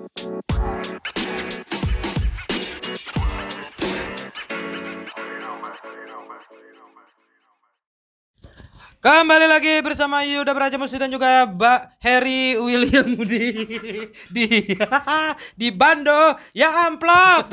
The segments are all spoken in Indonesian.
Kembali lagi bersama Yuda Braja Musti dan juga Mbak Harry William di Bando ya amplop.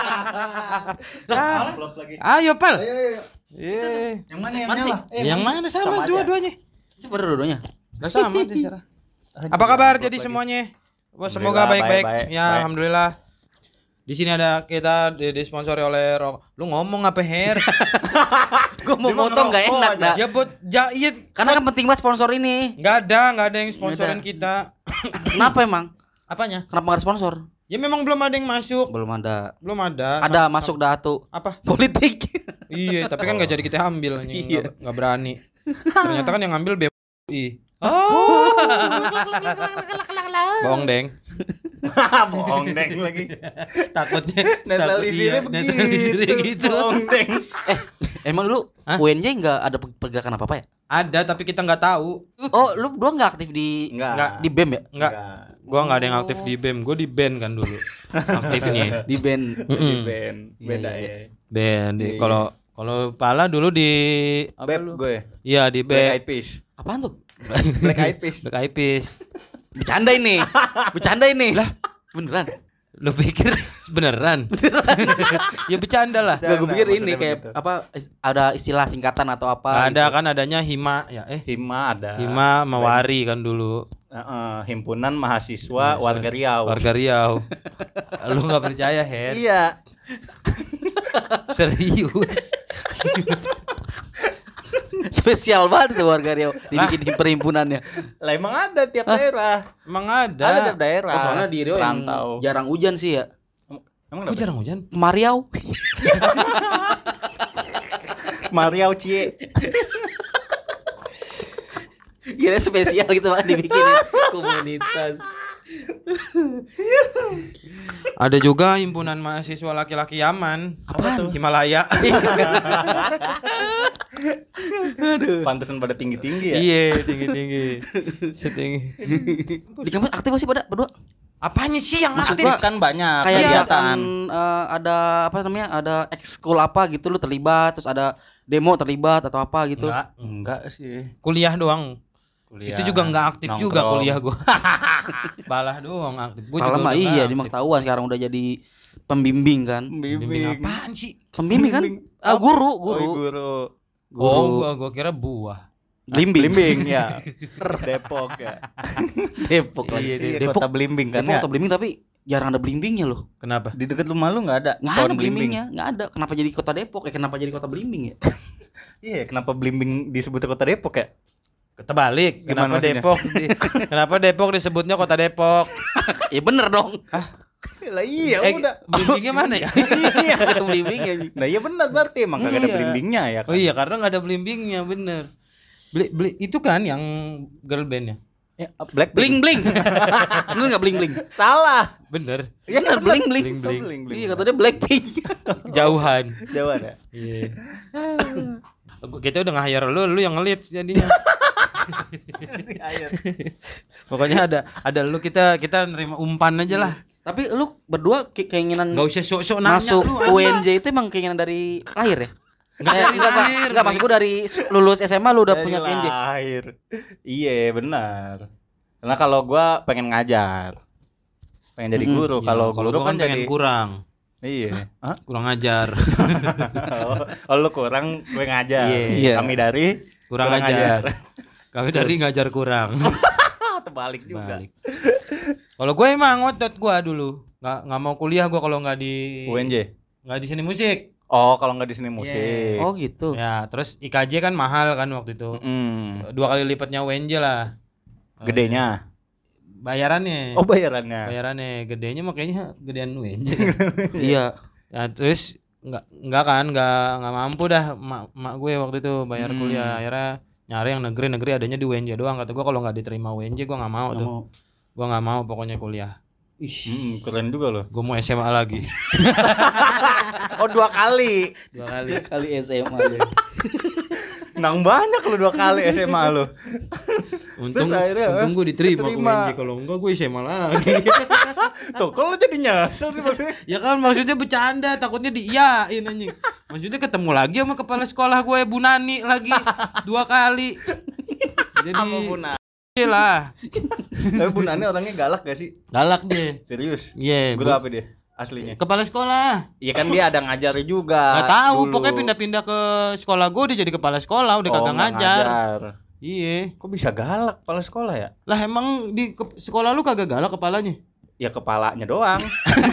Amplop lagi. Ayo Pal. Ayo. Yang mana yang Mana nyala? Yang mana sama dua-duanya? Itu pada dua-duanya. Enggak sama terserah. Apa kabar jadi semuanya? Wah, semoga baik-baik. baik. Ya, alhamdulillah. Di sini ada kita disponsori oleh Lu ngomong apa Her? Gua mau motong enggak enak dah. Ya buat iya. Karena kan penting banget sponsor ini. Enggak ada yang sponsorin kita. Kenapa emang? Apanya? Kenapa enggak ada sponsor? Ya memang belum ada yang masuk. Belum ada. Ada. Masuk dah tuh. Apa? Politik. Iya, tapi kan enggak jadi kita ambil anjing. Iya. Enggak berani. Ternyata kan yang ngambil BPI. Oh. Bohong, Deng. Bohong deng lagi. Takutnya Netralisirnya begitu. gitu. Bohong deng. Emang lu UNJ enggak ada pergerakan apa-apa ya? Ada tapi kita enggak tahu. Oh, lu berdua enggak aktif di Enggak. di BEM ya? Enggak. Gua enggak ada yang aktif di BEM. Gua di BEN kan dulu. Aktifnya. Di BEM. Di band. Beda Iya. ya. BEN. Iya. Kalau Pala dulu di Beb gue. Iya di Black BEN. Eyed Peas. Apaan tuh? Black Eyed Peas. Black Eyed Peas. Bercanda ini. Lah, beneran. Lu pikir beneran? Ya bercanda lah. Gak gue pikir ini maksudnya kayak begitu. apa ada istilah singkatan atau apa Ada gitu. kan adanya Hima ya. Hima ada. Hima Mawari kan dulu. Himpunan Mahasiswa Warga Riau. Warga Riau. Lu enggak percaya, Her? Iya. Serius. Spesial banget tuh warga Riau dibikin perhimpunannya. Lah emang ada tiap daerah. Emang ada. Ada tiap daerah. Oh, soalnya di Riau yang Rantau. jarang hujan sih ya. Emang Kok kenapa? jarang hujan? Mariau. Mariau Cie. Kira spesial gitu mah dibikinin komunitas. Ada juga himpunan mahasiswa laki-laki Yaman. Apaan? Himalaya. Pantesan pada tinggi-tinggi ya. Iya, tinggi-tinggi. Setinggi. Di kampus aktif masih pada berdua? Apanya sih yang Maksud aktif? gua Kan banyak Kayak kegiatan. misalkan ada apa namanya? Ada ekskul apa gitu lu terlibat, terus ada demo terlibat atau apa gitu. Enggak sih. Kuliah doang. Kuliah, Itu juga enggak aktif nongkrong. juga kuliah gua. Balah doang aktif. Gua Kalau juga mah udah iya, nggak di aktif. Ketahuan sekarang udah jadi pembimbing kan. Bimbing apaan sih? Pembimbing kan? Guru. Guru. Gua kira buah. Blimbing ya. Depok ya. Depok Iya, lagi. Iya, Depok kota Blimbing kan Depok ya. atau Blimbing tapi jarang ada blimbingnya loh. Kenapa? Di dekat rumah lu enggak ada. Nggak pohon ada blimbingnya, nggak ada. Kenapa jadi kota Depok? Kenapa jadi kota blimbing ya? Iya, kenapa Blimbing disebut kota Depok ya? Terbalik. Gimana Kenapa Depok disebutnya kota Depok? Ya bener dong. Lah iya udah. Blimbingnya mana ya? Iya. Ada blimbingnya. Nah iya benar berarti emang kagak ada Iya. blimbingnya ya kan. Oh iya, karena nggak ada blimbingnya, bener. Beli itu kan yang girl band ya? Ya, Black Bling bling. Bener nggak bling bling? Salah. Bener. Iya Bener bling bling. Bling. Iya katanya Blackpink. Jauhan. Jauh ada. Iya. Kita udah nge-hire lu yang ngelit jadinya. Pokoknya ada lu kita nerima umpan aja lah. Tapi lu berdua keinginan Enggak usah sok-sok nanya masuk lu. apa? UNJ itu emang keinginan dari lahir ya? Nggak dari lahir. Enggak maksud gua dari lulus SMA lu udah Dari punya UNJ. lahir. Iya benar. Karena kalau gua pengen ngajar. Pengen jadi guru. Iya, Kalau kalau guru gua kan pengen jadi kurang. Iya. Hah? Kurang ajar. Oh, lu kurang gue ngajar. Iya. Kami dari Kurang ajar. Kami dari ngajar kurang. terbalik juga. Balik. Kalau gue emang ngotot gue dulu nggak mau kuliah gue kalau nggak di UNJ. nggak di seni musik. Oh, kalau nggak di sini musik. Oh gitu. Ya terus IKJ kan mahal kan waktu itu. 2 kali lipatnya UNJ lah. Gedenya. Bayarannya. Oh, bayarannya. Bayarannya gedenya makanya gedean UNJ. Iya. Ya terus nggak mampu dah mak gue waktu itu bayar kuliah. Akhirnya nyari yang negeri adanya di UNJ doang. Kata gue kalau nggak diterima UNJ gue nggak mau tuh. Gue nggak mau pokoknya kuliah. Keren juga loh. Gue mau SMA lagi. Oh, 2 kali. 2 kali. Kali SMA aja. Nang banyak lu 2 kali SMA lu. Untung akhirnya, gue diterima ke diterima. UNJ, kalau enggak gue SMA lagi. Tuh, kok lu jadi nyesel sih maksudnya? Ya kan maksudnya bercanda, takutnya diiyain anjing. Maksudnya ketemu lagi sama kepala sekolah gue Bu Nani lagi 2 kali. Jadi Sama Bu Nani. lah. Tapi Bu Nani orangnya galak gak sih? Galak dia. Serius? Iya, Guru apa dia? Aslinya? kepala sekolah. Iya kan dia ada ngajari juga. Gak tahu, dulu. pokoknya pindah-pindah ke sekolah gue dia jadi kepala sekolah, udah kagak nggak ngajar. Iya. Kok bisa galak kepala sekolah ya? Lah emang di sekolah lu kagak galak kepalanya? Ya kepalanya doang.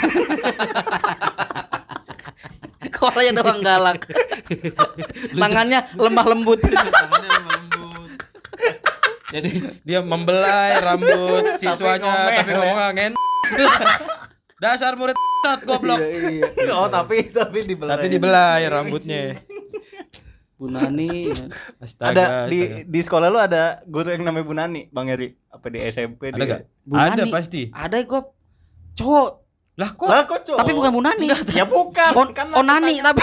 Kepalanya doang galak. Tangannya lemah lembut. Tangannya lemah lembut. Jadi dia membelai rambut siswanya ngomel, tapi ngomongnya ngen. Dasar murid goblok. Iya. Oh tapi dibelai. Tapi dibelai rambutnya. Bu Nani. Astaga. Ada di sekolah lu ada guru yang namanya Bu Nani, Bang Eri? Apa di SMP Ada dia? gak? Bu Ada Nani. pasti. Ada gue cowok. Lah kok? Lah kok cowok? Tapi bukan Bu Nani. Ya bukan. Kan Onani tapi.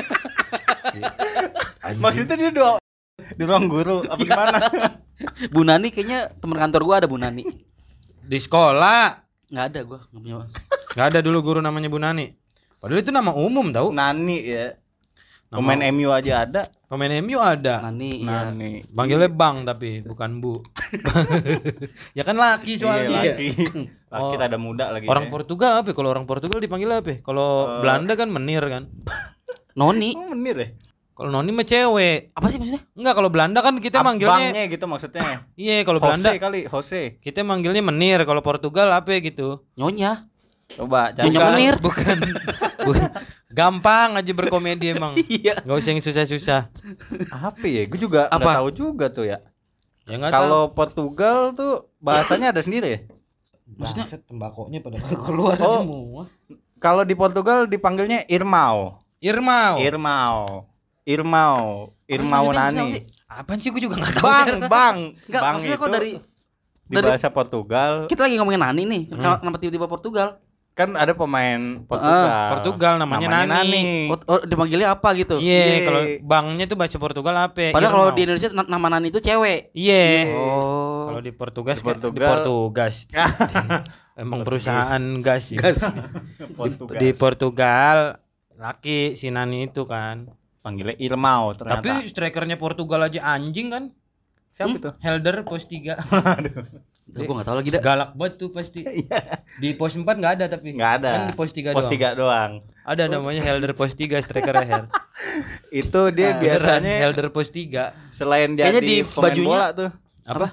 maksudnya dia di ruang guru apa gimana? Bu Nani kayaknya teman kantor gua ada Bu Nani. Di sekolah Enggak ada gua, enggak punya. nggak ada dulu guru namanya Bu Nani. Padahal itu nama umum tau. Nani ya. Nama- Pemain MU aja ada. Pemain MU ada. Nani, iya. Nani. Panggilnya Bang tapi bukan Bu. Ya kan laki soalnya. Iya, laki. Laki Oh. rada muda lagi. Orang ya. Portugal apa? Kalau orang Portugal dipanggil apa? Kalau Belanda kan menir kan. Noni. Oh, menir ya? Kalau Noni mah cewek. Apa sih maksudnya? Enggak, kalau Belanda kan kita manggilnya Abangnya gitu maksudnya. iya, kalau Jose Belanda kali, Jose. kita manggilnya menir, kalau Portugal apa gitu. Nyonya. Coba Nyonya cari. Menir. Bukan. Bukan. Gampang aja berkomedi emang. Iya. Enggak usah yang susah-susah. Apa ya? Gue juga Apa? nggak tahu juga tuh ya. Ya enggak tahu. Kalau Portugal tuh bahasanya ada sendiri ya. Maksudnya tembakonya pada keluar Oh. semua. Kalau di Portugal dipanggilnya Irmão. Irmau. Irmão Maksudnya Nani. sih? Apaan sih gue juga enggak tahu. Bang. Enggak, Bang maksudnya itu kok dari di bahasa Portugal kita lagi ngomongin Nani nih. Kenapa tiba-tiba Portugal? kan ada pemain Portugal. Portugal namanya Nani. Oh, dipanggilnya apa gitu? Iya, Iya. kalau bangnya tuh bahasa Portugal apa? Padahal kalau Irmau. di Indonesia nama Nani itu cewek. Iya. Oh. Kalau di Portugal Di di Portugal. Portugas. Emang perusahaan gas. Portugal. Di Portugal laki si Nani itu kan. Panggilnya Irmão ternyata. Tapi strikernya Portugal aja anjing kan? siapa itu? Helder pos 3. Gue enggak tahu lagi dah. Galak banget tuh pasti. Di pos 4 enggak ada tapi. Nggak ada. Kan di pos 3 Pos doang. 3 doang. Ada namanya Helder pos 3 strikernya Hel. Itu dia Beneran, biasanya Helder pos 3. selain Kayaknya jadi di pemain bajunya- bola tuh. Apa?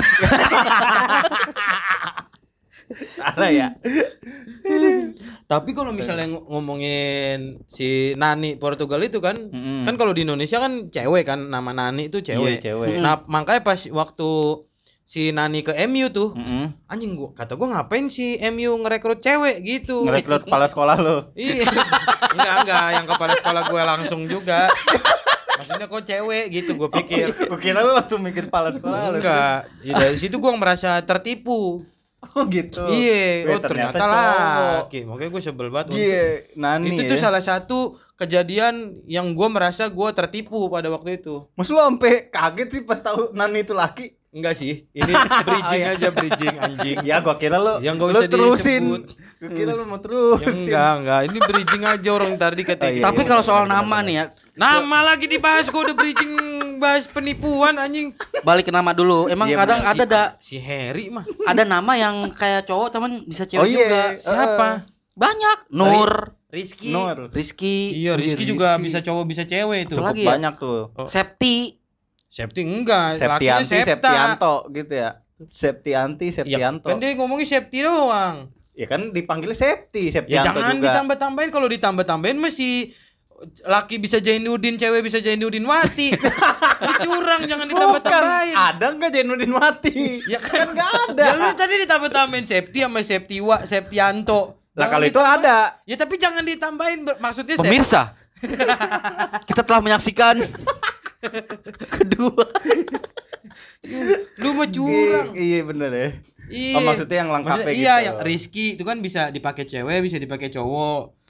Salah ya. Tapi kalau misalnya ngomongin si Nani Portugal itu kan, Mm-mm. kan kalau di Indonesia kan cewek kan, nama Nani itu cewek. Iya, cewek. Nah, makanya pas waktu si Nani ke MU tuh, Mm-mm. anjing gua ngapain si MU ngerekrut cewek gitu. Ngerekrut kepala sekolah lo. Iya. enggak, yang kepala sekolah gue langsung juga. Maksudnya kok cewek gitu gue pikir. Gue kira lu waktu mikir kepala sekolah lo. Enggak. Ya, dari situ gue merasa tertipu. Oh gitu. Iya, Weh, oh ternyata cowok. laki. Makanya gue sebel banget. Iya, Nani. Itu tuh ya. salah satu kejadian yang gue merasa gue tertipu pada waktu itu. Mas lu sampai kaget sih pas tahu Nani itu laki. Enggak sih, ini bridging aja, bridging anjing. Ya gua kira lu Yang nggak lu usah terusin. disebut. Gua kira lu mau Ya, terusin. enggak, ini bridging aja orang tadi kata. Oh, iya. Tapi kalau soal nama nih ya, Nama lagi dibahas, gue udah bridging bahas penipuan anjing. balik ke nama dulu. Emang Iya, kadang Si- ada si Harry mah. ada nama yang kayak cowok teman bisa Oh cewek iya. juga. Siapa? Banyak. Nur, Rizky. Nur. Rizky, Iya, Rizky juga Rizky. bisa cowok bisa cewek itu. Itu lagi Cukup ya? banyak tuh. Septi. Septi enggak, Septianti, lakinya Septa. Septianto gitu ya. Septianti, Ya, Septianto. kan dia ngomongnya Septi doang. Ya kan dipanggilnya Septi, Ya Septianto jangan juga. ditambah-tambahin, kalau ditambah-tambahin masih laki bisa Jainuddin, cewek bisa Jainuddin mati. Itu curang, jangan Bukan, ditambah-tambahin. ada nggak Jainuddin mati? Ya kan nggak ada. Ya lu tadi ditambah-tambahin Septi sama Septiwa, Septianto. Lah Jangan kalau itu ditambah- ada. Ya tapi jangan ditambahin maksudnya Pemirsa, kita telah menyaksikan kedua. Lu mah curang. Iya bener ya. Iya. Oh, maksudnya yang lengkapnya Maksudnya, gitu. iya, yang Rizky itu kan bisa dipakai cewek, bisa dipakai cowok.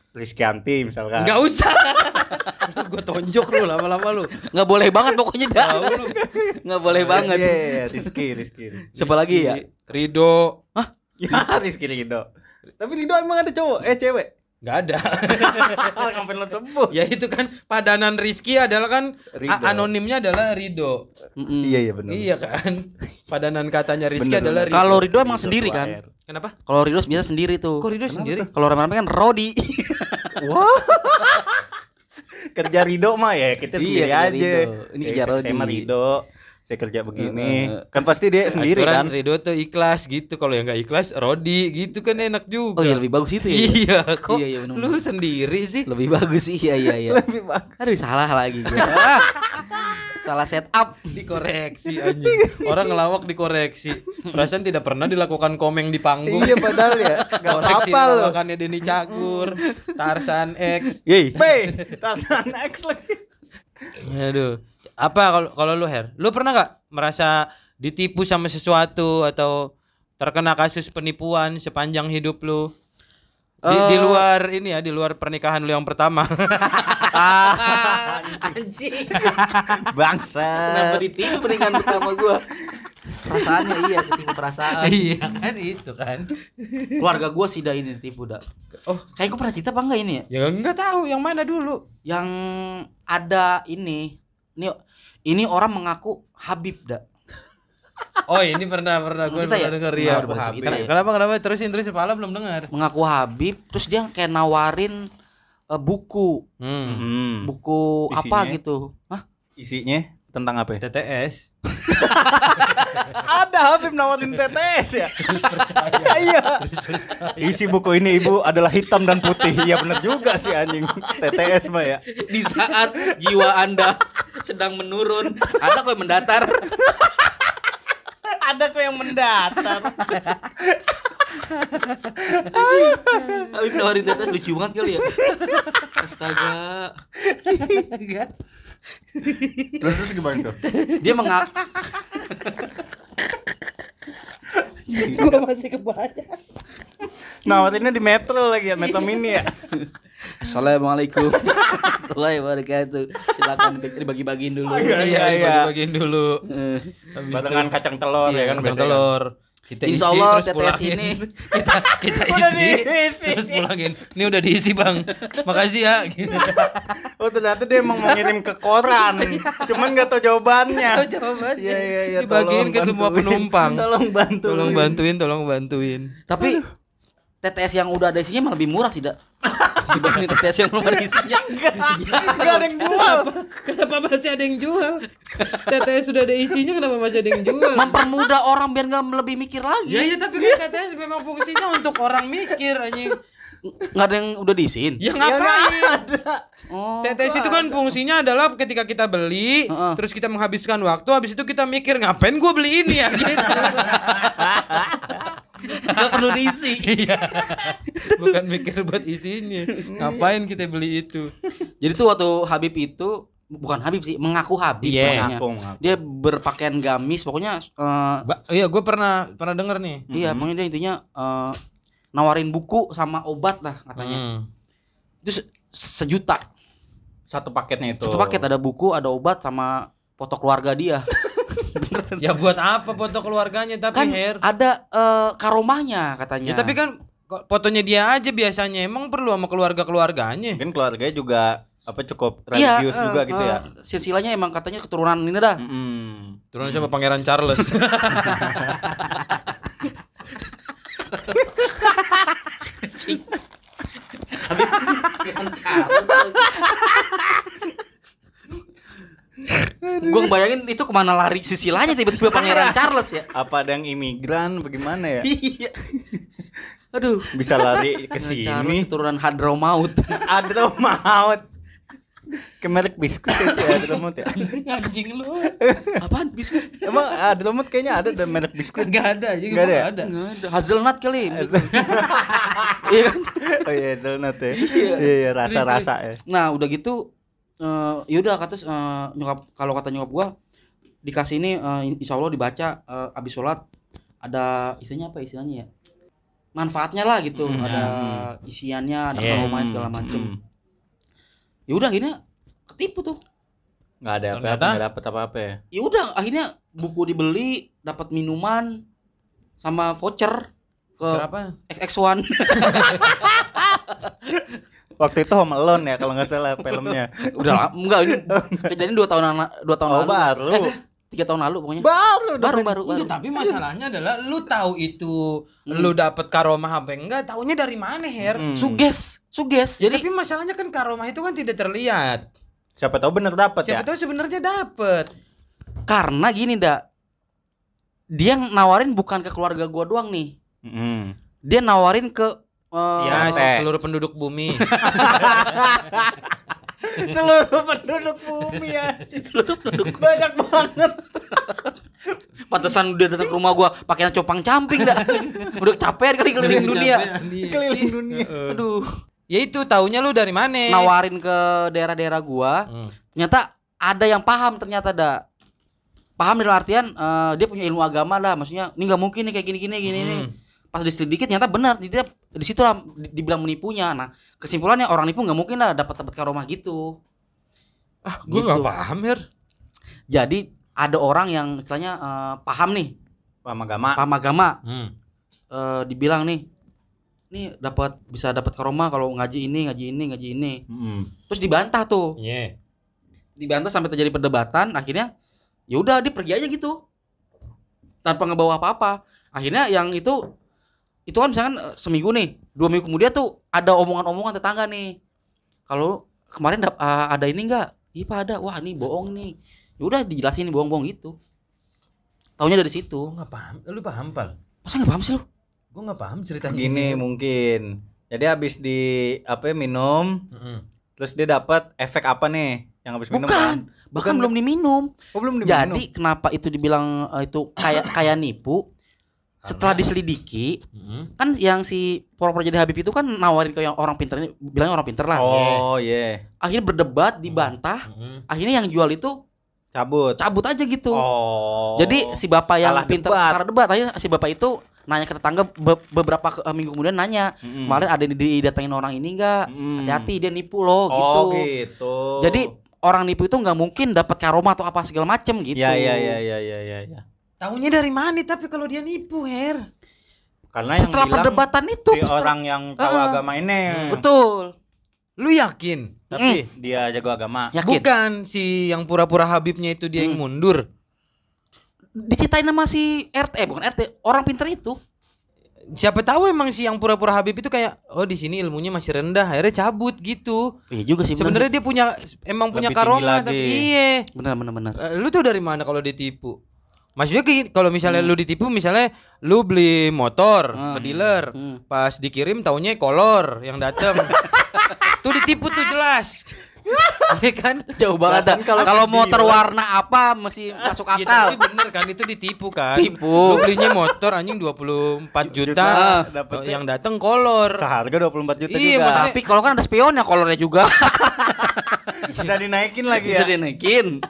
Rizkyanti misalkan. Enggak usah. Gue tonjok lu lama-lama lu. Nggak boleh banget pokoknya dah. Tahu lu. Nggak boleh banget. Iya, Rizky. Siapa lagi ya? Rido. Ya, Rizky Ridho. Tapi Ridho emang ada cowok? Cewek? Enggak ada. Ngapain lo sebut? Ya itu kan padanan Rizky adalah kan Ridho. anonimnya adalah Rido. Iya benar. Iya kan. Padanan katanya Rizky Bener, adalah bener. Rido. Kalau Ridho emang sendiri kan? Kenapa? Kalau Ridho biasa sendiri tuh. Kok Rido sendiri? Kalau rame-rame kan Rodi. Wah. Kerja Ridho mah ya kita sendiri kerja aja. Ridho. Ini kerja Saya Rodi. mah Ridho. Saya kerja begini. Kan pasti dia sendiri Aturan kan. Rido tuh ikhlas gitu. Kalau yang enggak ikhlas Rodi gitu kan enak juga. Oh iya lebih bagus itu ya. Iya, kok Iya, bener-bener. lu sendiri sih? Lebih bagus sih. Iya. Lebih bagus. Aduh salah lagi gua. Salah setup. Dikoreksi anjing. Orang ngelawak dikoreksi. Perasaan tidak pernah dilakukan komeng di panggung. Iya padahal ya. Enggak Koreksi apa-apa lo. lawakannya Denny Cagur, Tarsan X. Yeay. Tarzan X lagi. Aduh. Apa kalau lu Her? Lu pernah nggak merasa ditipu sama sesuatu atau terkena kasus penipuan sepanjang hidup lu? Di luar ini ya, di luar pernikahan lu yang pertama. Anjing. Bangsa. Kenapa ditipu pernikahan pertama gua? Perasaannya iya ketipu perasaan. Iya kan itu kan. Keluarga gua sih dah ini ditipu dah. Oh, Kayak gua pernah cerita apa enggak ini ya? ya enggak tahu yang mana dulu. Yang ada ini orang mengaku Habib dah. Oh, ini pernah gue Kita ya? pernah denger ya. Pernah Habib. cerita ya? Kenapa terusin kepala belum dengar. Mengaku Habib terus dia kayak nawarin buku. Buku apa Isinya? gitu. Hah? Isinya tentang apa ya? TTS. Ada Habib nawarin TTS ya. Terus percaya. Iya. Isi buku ini Ibu adalah hitam dan putih. Iya benar juga sih anjing. TTS mah ya. Di saat jiwa Anda sedang menurun, ada kok yang mendatar. Ada kok yang mendatar. Habib nawarin tetes lucu banget kali ya. Astaga. Terus gimana tuh? Dia mengaku Gue masih kebayang. Nawarinnya di Metro lagi ya, Metro Mini ya. Assalamualaikum warahmatullahi wabarakatuh. Silakan dibagi-bagiin dulu. Iya. Dibagi-bagiin dulu. Habis Barengan itu- kacang telur Iya, ya kan. kacang biasanya telur. Kita isi Insya Allah terus TTS pulangin. ini. kita Udah isi diisi. terus pulangin. Ini udah diisi, Bang. Makasih ya gitu. Oh ternyata dia emang mau ngirim ke koran. Cuman gak tahu jawabannya. Jawabannya. Iya. Dibagiin tolong ke semua bantuin. penumpang. Tolong bantuin. Tapi TTS yang udah ada isinya malah lebih murah sih, Dak. Dibanding TTS yang belum ada isinya. Enggak ada yang jual. Kenapa masih ada yang jual? TTS sudah ada isinya, kenapa masih ada yang jual? Mempermudah orang biar nggak lebih mikir lagi. Ya tapi kan TTS memang fungsinya untuk orang mikir anjing. Nggak ada yang udah diisiin. Ya ngapain? Oh. TTS itu kan fungsinya adalah ketika kita beli, Heeh. terus kita menghabiskan waktu, habis itu kita mikir ngapain gue beli ini ya gitu. Nggak perlu diisi. Iya. Bukan mikir buat isinya. Ngapain kita beli itu? Jadi tuh waktu Habib itu bukan Habib sih, mengaku Habib. Iya. pokoknya. Ngaku. Dia berpakaian gamis, pokoknya Iya, gue pernah denger nih. iya, pokoknya dia intinya nawarin buku sama obat lah katanya. Itu sejuta. Satu paketnya itu. Satu paket ada buku, ada obat sama foto keluarga dia. Ya buat apa foto keluarganya tapi Kan Her? ada karomahnya katanya. Ya tapi kan kok fotonya dia aja biasanya, emang perlu sama keluarganya. Mungkin keluarganya juga apa cukup iya, religius juga gitu ya. Silsilahnya emang katanya keturunan ini dah. Turun sama Pangeran Charles. Gue ngebayangin itu kemana lari silsilahnya tiba-tiba Pangeran Charles ya. Apa ada yang imigran bagaimana ya? Iya. Aduh. Bisa lari ke Charles sini. keturunan Hadramaut. Hadramaut. Ke merek biskuit itu ya Hadramaut ya. Anjing lu. Apaan biskuit? Emang Hadramaut kayaknya ada merek biskuit. Enggak ada aja, Nggak ada ya? ada. Enggak ada. Hazelnut kali. Iya kan? Oh iya donat ya. Iya rasa-rasa ya. Nah, udah gitu yaudah kata nyokap, kalau kata nyokap gua dikasih ini insya Allah dibaca abis sholat ada istilahnya apa istilahnya ya, manfaatnya lah gitu, ada isiannya, ada aromanya segala macem. Ya udah akhirnya ketipu tuh. Nggak ada apa-apa, nggak dapet apa-apa ya. Ya udah akhirnya buku dibeli, dapat minuman sama voucher ke Kenapa? XX1. Waktu itu Home Alone ya kalau nggak salah filmnya. Udah enggak ini kejadian 2 tahun lalu. Baru. 3 tahun lalu pokoknya. Baru. Enggak, tapi masalahnya adalah lu tahu itu lu dapet karomah apa enggak, taunya dari mana, Her? Suges. Jadi tapi masalahnya kan karomah itu kan tidak terlihat. Siapa tahu bener dapet ya. Siapa tahu sebenarnya dapet. Karena gini, dia nawarin bukan ke keluarga gua doang nih. Dia nawarin ke seluruh penduduk bumi. Seluruh penduduk bumi ya. Seluruh penduduk Banyak banget. Pantesan udah datang ke rumah gua pakaian compang-camping dah. Udah capek kali keliling dunia. Keliling dunia. Aduh. Ya itu taunya lu dari mana? Nawarin ke daerah-daerah gua. Ternyata ada yang paham ternyata paham dalam artian dia punya ilmu agama lah, maksudnya ini nggak mungkin nih kayak gini nih. Pas diselidiki ternyata benar, dia di situ lah dibilang menipunya. Nah kesimpulannya orang nipu nggak mungkin lah dapat karomah gitu. Gue nggak paham, Her. Jadi ada orang yang istilahnya paham nih, paham agama. Dibilang nih bisa dapat karomah kalau ngaji ini. Terus dibantah tuh. Dibantah sampai terjadi perdebatan. Akhirnya ya udah dia pergi aja gitu tanpa ngebawa apa-apa. Akhirnya yang itu kan misalkan seminggu nih, 2 minggu kemudian tuh ada omongan-omongan tetangga nih. Kalau kemarin ada ini enggak? Iya Pak ada. Wah ini bohong nih. Ya udah dijelasin nih bohong-bohong gitu. Taunya dari situ. Gue nggak paham. Lu paham, Pal? Masa nggak paham sih lu? Gue nggak paham ceritanya. Gini mungkin. Jadi habis minum, terus dia dapat efek apa nih yang habis minum kan? Bahkan belum diminum. Belum diminum. Jadi kenapa itu dibilang itu kayak nipu? Setelah diselidiki, kan yang si pura-pura jadi Habib itu kan nawarin ke yang orang pinter ini, bilangnya orang pinter lah. Oh iya. Akhirnya berdebat, dibantah. Akhirnya yang jual itu cabut aja gitu. Jadi si bapak yang pinter karena debat, akhirnya si bapak itu nanya ke tetangga beberapa minggu kemudian nanya, kemarin ada didatengin orang ini enggak? Hati-hati dia nipu loh gitu. Gitu. Jadi orang nipu itu nggak mungkin dapat karomah atau apa segala macem gitu. Iya. Taunya dari mana tapi kalau dia nipu, Her? Karena yang setelah perdebatan itu orang yang tahu agama ini. Betul. Lu yakin? Tapi dia jago agama. Yakin? Bukan si yang pura-pura Habibnya itu dia yang mundur. Diceritain sama si bukan RT, orang pinter itu. Siapa tahu emang si yang pura-pura Habib itu kayak di sini ilmunya masih rendah, akhirnya cabut gitu. Iya juga sih. Sebenarnya dia punya karomah tapi iya. Benar. Lu tuh dari mana kalau ditipu? Maksudnya kalau misalnya lu ditipu, misalnya lu beli motor ke dealer, pas dikirim taunya kolor yang datang. Tuh ditipu tuh jelas. Iya kan? Jauh banget. Kalau motor warna apa masih masuk akal. Tapi bener kan itu ditipu kan. Tipu. Lu belinya motor anjing 24 juta, yang datang kolor. Seharga 24 juta iya, juga. maksudnya, tapi kalau kan ada spionnya kolornya juga. Bisa dinaikin lagi ya. Bisa dinaikin.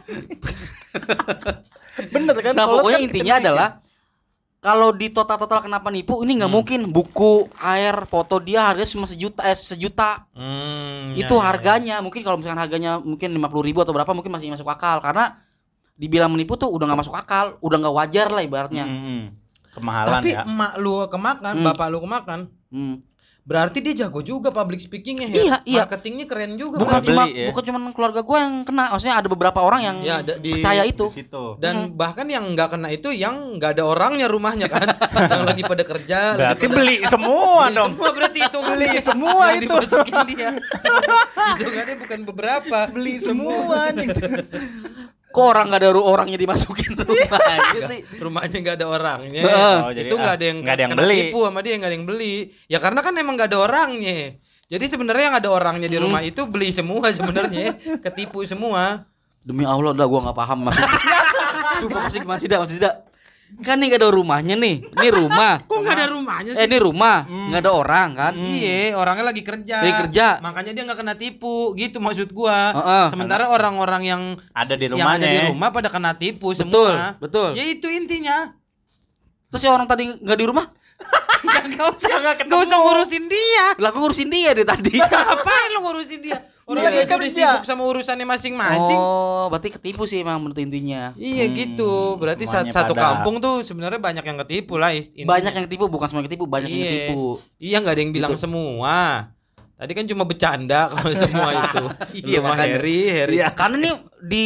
Bener kan? Nah pokoknya intinya adalah kalau di total kenapa nipu ini nggak mungkin buku air foto dia harganya cuma sejuta. Itu harganya. Mungkin kalau misalkan harganya mungkin 50.000 atau berapa mungkin masih masuk akal, karena dibilang menipu tuh udah nggak masuk akal, udah nggak wajar lah ibaratnya. Kemahalan tapi ya. emak lu kemakan, bapak lu kemakan. Berarti dia jago juga public speakingnya ya. Iya. Marketingnya keren juga. Bukan cuma keluarga gue yang kena, maksudnya ada beberapa orang yang percaya itu. Dan bahkan yang nggak kena itu yang nggak ada orangnya rumahnya kan, yang lagi pada kerja. Berarti beli semua dong. Semua berarti itu beli semua itu. Dimasukin dia. Hitungannya bukan beberapa. Beli semua nih. Kok orang nggak ada orangnya dimasukin rumahnya sih? Rumahnya nggak ada orangnya. Jadi itu nggak ada yang beli. Tipu sama dia nggak ada yang beli. Ya karena kan emang nggak ada orangnya. Jadi sebenarnya yang ada orangnya di rumah itu beli semua sebenarnya, ketipu semua. Demi Allah udah gua nggak paham maksudnya. Sumpah masih tidak. Kan nih gak ada rumahnya nih. Ini rumah. Kok nggak ada rumahnya sih? Ini rumah, nggak ada orang kan? Iya, orangnya lagi kerja. Makanya dia nggak kena tipu, gitu maksud gua. Sementara orang-orang yang ada di rumah pada kena tipu semua. Betul. Ya itu intinya. Terus yang orang tadi nggak di rumah Gak usah ngurusin dia. Lah aku ngurusin dia deh tadi. Ngapain lu ngurusin dia? Orang dia udah sibuk sama urusannya masing-masing. Oh, berarti ketipu sih emang menurut intinya. Iya gitu. Berarti satu kampung tuh sebenarnya banyak yang ketipu lah. Banyak yang ketipu, bukan semua yang ketipu, banyak yang ketipu. Iya, enggak ada yang bilang semua. Tadi kan cuma bercanda kalau semua itu. Iya, makanya Harry. Iya. Karena nih di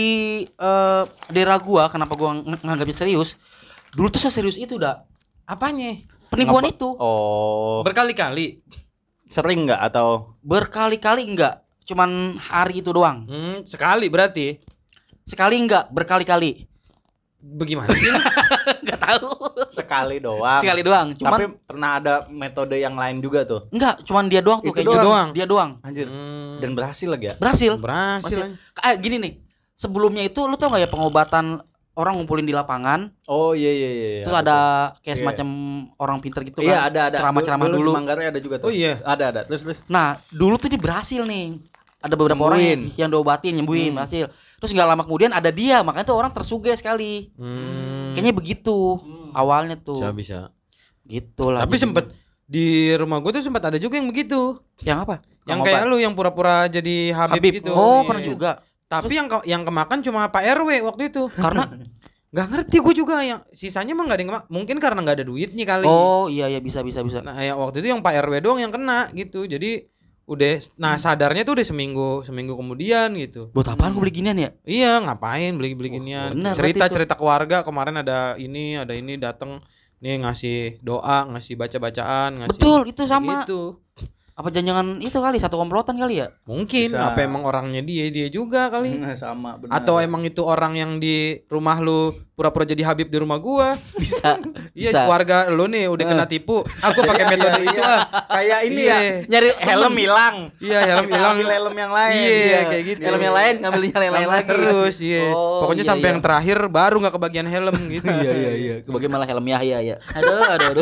daerah gua, kenapa gua nganggapnya serius? Dulu tuh serius itu dah. Apanya? Penipuan itu. Oh. Berkali-kali. Sering enggak atau? Berkali-kali enggak. Cuman hari itu doang. Sekali berarti. Sekali enggak, berkali-kali. Bagaimana sih? Enggak tahu. Sekali doang. Sekali doang. Cuman tapi pernah ada metode yang lain juga tuh. Enggak, cuman dia doang tuh kayaknya. Dia doang. Anjir. Dan berhasil lagi ya? Berhasil. Berhasil. Gini nih. Sebelumnya itu lu tau enggak ya pengobatan orang ngumpulin di lapangan? Oh iya. Terus ada kayak semacam orang pinter gitu kan. Iya, ada. Ceramah-ceramah dulu. Di Manggarai ada juga tuh. Oh iya. Ada. Terus. Nah, dulu tuh dia berhasil nih. Ada beberapa orang yang diobatin, nyembuhin, berhasil. Terus nggak lama kemudian ada dia, makanya tuh orang tersugih sekali. Kayaknya begitu awalnya tuh. Bisa. Gitu lah. Tapi sempet di rumah gue tuh sempat ada juga yang begitu. Yang apa? Yang kayak lu yang pura-pura jadi Habib gitu. Oh, pernah juga. Tapi yang kemakan cuma Pak RW waktu itu. Karena nggak ngerti gue juga, yang sisanya mah nggak ada yang kemakan. Mungkin karena nggak ada duitnya kali. Oh iya bisa. Nah ya waktu itu yang Pak RW doang yang kena gitu. Jadi udah, nah sadarnya tuh udah seminggu kemudian gitu. Buat apaan gue beli ginian ya? Iya, ngapain beli ginian? Cerita keluarga kemarin ada ini datang nih ngasih doa, ngasih baca-bacaan, ngasih. Betul, itu sama. Gitu. Apa jangan itu kali, satu komplotan kali ya? Mungkin. Bisa. Apa emang orangnya dia juga kali? Sama, benar. Atau emang itu orang yang di rumah lu pura-pura jadi Habib di rumah gua? Bisa. Iya, keluarga lu nih udah kena tipu. Aku pakai metode itu ah. Kayak ini ya. Nyari helm hilang. Iya, helm hilang. Helm yang lain. Iya, kayak gitu. Helm yang lain ngambilnya yang lain lagi. Terus, iya. Pokoknya sampai yang terakhir baru enggak kebagian helm gitu. Iya. Kebagian malah helm Yahya ya. Aduh.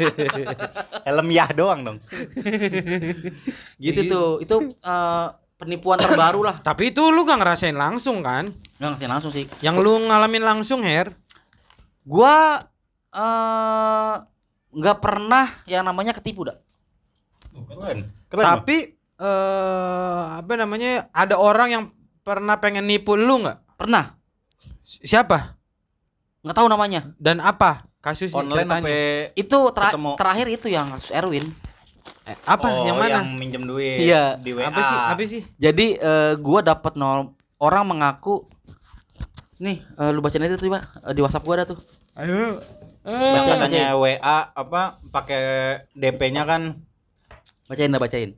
Helm Yah doang dong. Gitu tuh. Itu penipuan terbaru lah. Tapi itu lu gak ngerasain langsung kan? Gak ngerasain langsung sih. Yang lu ngalamin langsung, Her? Gua gak pernah yang namanya ketipu dah. Keren. Tapi apa namanya, ada orang yang pernah pengen nipu lu gak? Pernah. Siapa? Gak tahu namanya. Dan apa kasusnya? Online sampai itu terakhir itu yang kasus Erwin. Apa yang mana? Yang minjem duit. Iya. Di WA. Apa sih? Jadi gua dapat orang mengaku nih, lu bacain aja tuh Pak, di WhatsApp gua ada tuh. Ayo. Katanya WA apa pakai DP-nya kan. Bacain.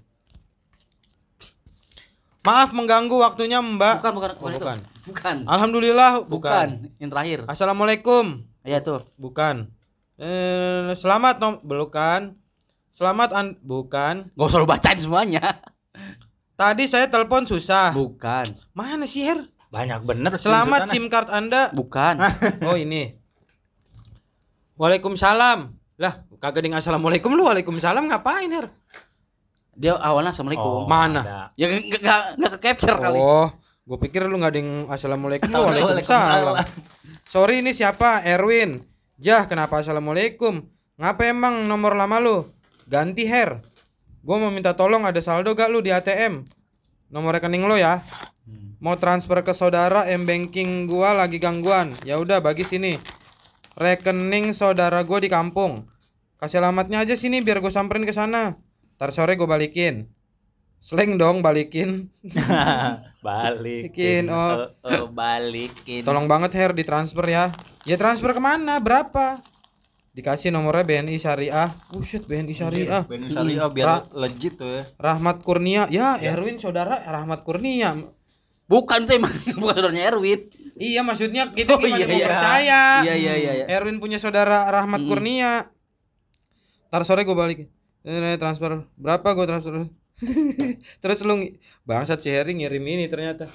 Maaf mengganggu waktunya, Mbak. Bukan. Alhamdulillah bukan. Yang terakhir. Assalamualaikum. Iya tuh. Bukan. Selamat bukan. Bukan. Gak usah lu bacain semuanya. Tadi saya telepon susah. Bukan. Mana sih, Her? Banyak bener. Selamat SIM card Anda. Bukan. Oh ini. Waalaikumsalam. Lah, kagak ding assalamualaikum, lu waalaikumsalam ngapain, Her? Dia awalnya assalamualaikum. Mana? Ya enggak ke capture kali. Oh, gue pikir lu nggak ding assalamualaikum, lu waalaikumsalam. Sorry, ini siapa? Erwin. Jah, kenapa assalamualaikum? Ngapa emang nomor lama lu? Ganti, Her. Gue mau minta tolong, ada saldo gak lu di ATM? Nomor rekening lo ya. Mau transfer ke saudara, M-banking gua lagi gangguan. Ya udah bagi sini. Rekening saudara gua di kampung. Kasih alamatnya aja sini biar gua samperin ke sana. Ntar sore gua balikin. Slang dong balikin. Balikin. Balikin. Tolong banget Her ditransfer ya. Ya transfer kemana? Berapa? Dikasih nomornya BNI Syariah. Shit, BNI Syariah. BNI Syariah biar legit tuh ya. Rahmat Kurnia. Ya, Erwin saudara Rahmat Kurnia. Bukan tuh emang bukan saudaranya Erwin. Iya, maksudnya kita gimana mau percaya. Iya. Erwin punya saudara Rahmat Kurnia. Ntar sore gue balik. Transfer berapa gue transfer? Terus lu bangsat si Heri ngirim ini ternyata.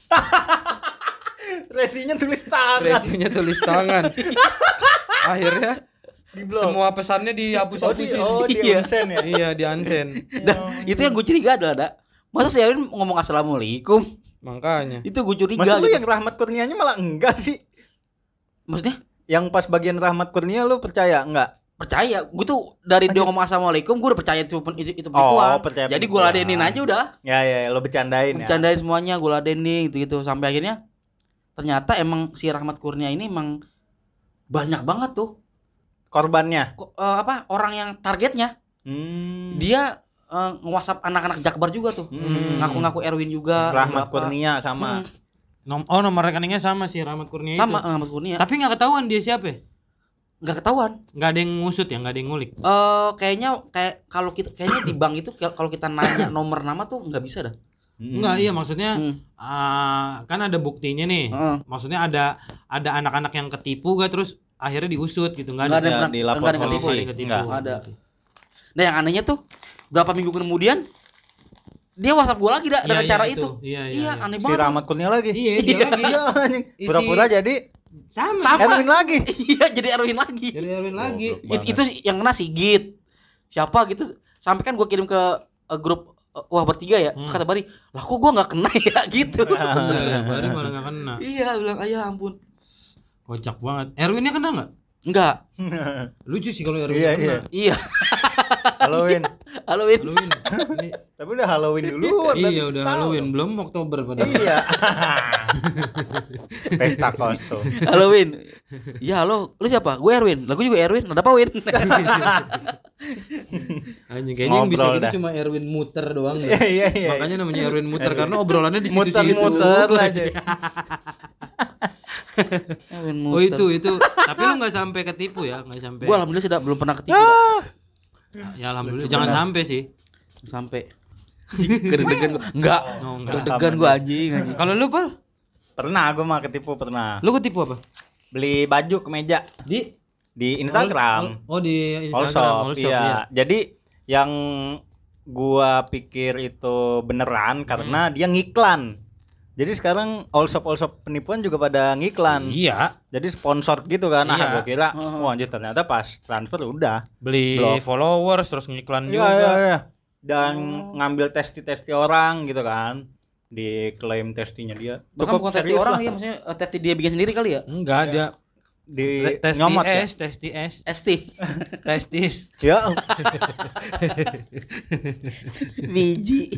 Resinya tulis tangan. Akhirnya semua pesannya dihapus-hapusin. Di unsend ya? Iya, di unsend. Itu yang gue curiga adalah masa si Erwin ngomong assalamualaikum? Makanya. Itu gue curiga. Masa lu yang Rahmat Kurnianya malah enggak sih? Maksudnya? Yang pas bagian Rahmat Kurnia lu percaya enggak? percaya. Gue tuh dari dia ngomong assalamualaikum, gue udah percaya itu penipuan. Jadi gue ladenin aja udah. Ya, lo bercandain ya. Bercandain semuanya, gue ladenin gitu sampai akhirnya ternyata emang si Rahmat Kurnia ini emang banyak banget tuh korbannya. Orang yang targetnya. Dia nge-WhatsApp anak-anak Jakbar juga tuh. Ngaku-ngaku Erwin juga. Rahmat Kurnia sama. Nomor rekeningnya sama sih Rahmat Kurnia sama, itu. Sama Rahmat Kurnia. Tapi enggak ketahuan dia siapa? Enggak ketahuan. Enggak ada yang ngusut ya, enggak ada yang ngulik. Kayaknya di bank itu kalau kita nanya nomor nama tuh enggak bisa dah. Enggak, iya maksudnya kan ada buktinya nih. Maksudnya ada anak-anak yang ketipu gak terus akhirnya diusut gitu, enggak ada dilaporkan polisi. Enggak ada. Nah, yang anehnya tuh berapa minggu kemudian dia WhatsApp gua lagi dengan cara itu. Iya, aneh banget. Si Rahmat Kurnia lagi. Iya, dia lagi. Pura-pura jadi sama. Erwin lagi. Iya, jadi Erwin lagi. Itu yang kena Sigit. Siapa gitu. Sampai kan gua kirim ke grup wah bertiga ya. Kata Bari, "Lah kok gua enggak kena ya?" gitu. Bari malah enggak kena. Iya, bilang, "Ya ampun." Kocak banget. Erwinnya kena enggak? Enggak. Lucu sih kalau Erwin kena. Iya. Halloween. Ini. Tapi udah Halloween dulu. Iya, udah Halloween, belum Oktober padahal. Iya. Pesta kostum. Halloween. Iya, halo. Lu siapa? Gue Erwin. Lah gue juga Erwin. Ada apa, Win? Anjing kayaknya yang bisa gitu cuma Erwin muter doang. Iya. Makanya namanya Erwin muter karena obrolannya di situ-situ. Muter aja. Oh itu. Tapi lu nggak sampai ketipu ya, nggak sampai. Gua alhamdulillah belum pernah ketipu. Ya alhamdulillah, jangan sampai sih. Sampai. Gede-gedegan gua. Enggak. Gede-gedegan gua anjing. Kalau lu, Pal? Pernah, gua mah ketipu pernah. Lu ketipu apa? Beli baju kemeja di Instagram. Oh, di All Instagram. shop, iya. Jadi yang gua pikir itu beneran karena dia ngiklan. Jadi sekarang all shop penipuan juga pada ngiklan. Iya. Jadi sponsor gitu kan. Nah, gua kira wah anjir ternyata pas transfer udah beli followers terus ngiklan juga. Iya. Dan ngambil testi orang gitu kan. Diklaim testinya dia. Bahkan bukan testi orang ya, maksudnya testi dia bikin sendiri kali ya? Enggak ada. Di nyomot ya? Testis. Ya. Biji.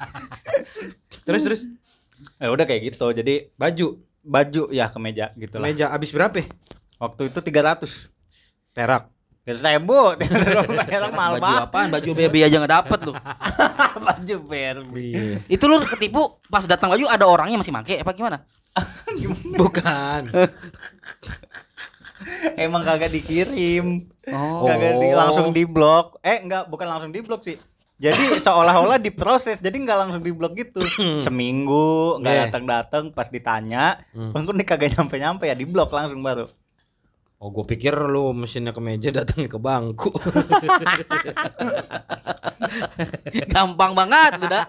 Terus udah kayak gitu. Jadi baju ya kemeja gitu lah. Kemeja habis berapa? Waktu itu 300 perak. 1.000 perak mahal banget. Baju apaan? Baju BB aja enggak dapet lu. Baju Barbie. Itu lu ketipu pas datang baju ada orangnya masih make apa gimana? Bukan. Emang kagak dikirim. Langsung diblok. Enggak, bukan langsung diblok sih. Jadi seolah-olah diproses, jadi nggak langsung diblok gitu. Seminggu nggak datang-datang, pas ditanya, kok nih kagak nyampe-nyampe ya diblok langsung baru. Oh, gue pikir lu mesinnya ke meja datangnya ke bangku. Gampang banget udah.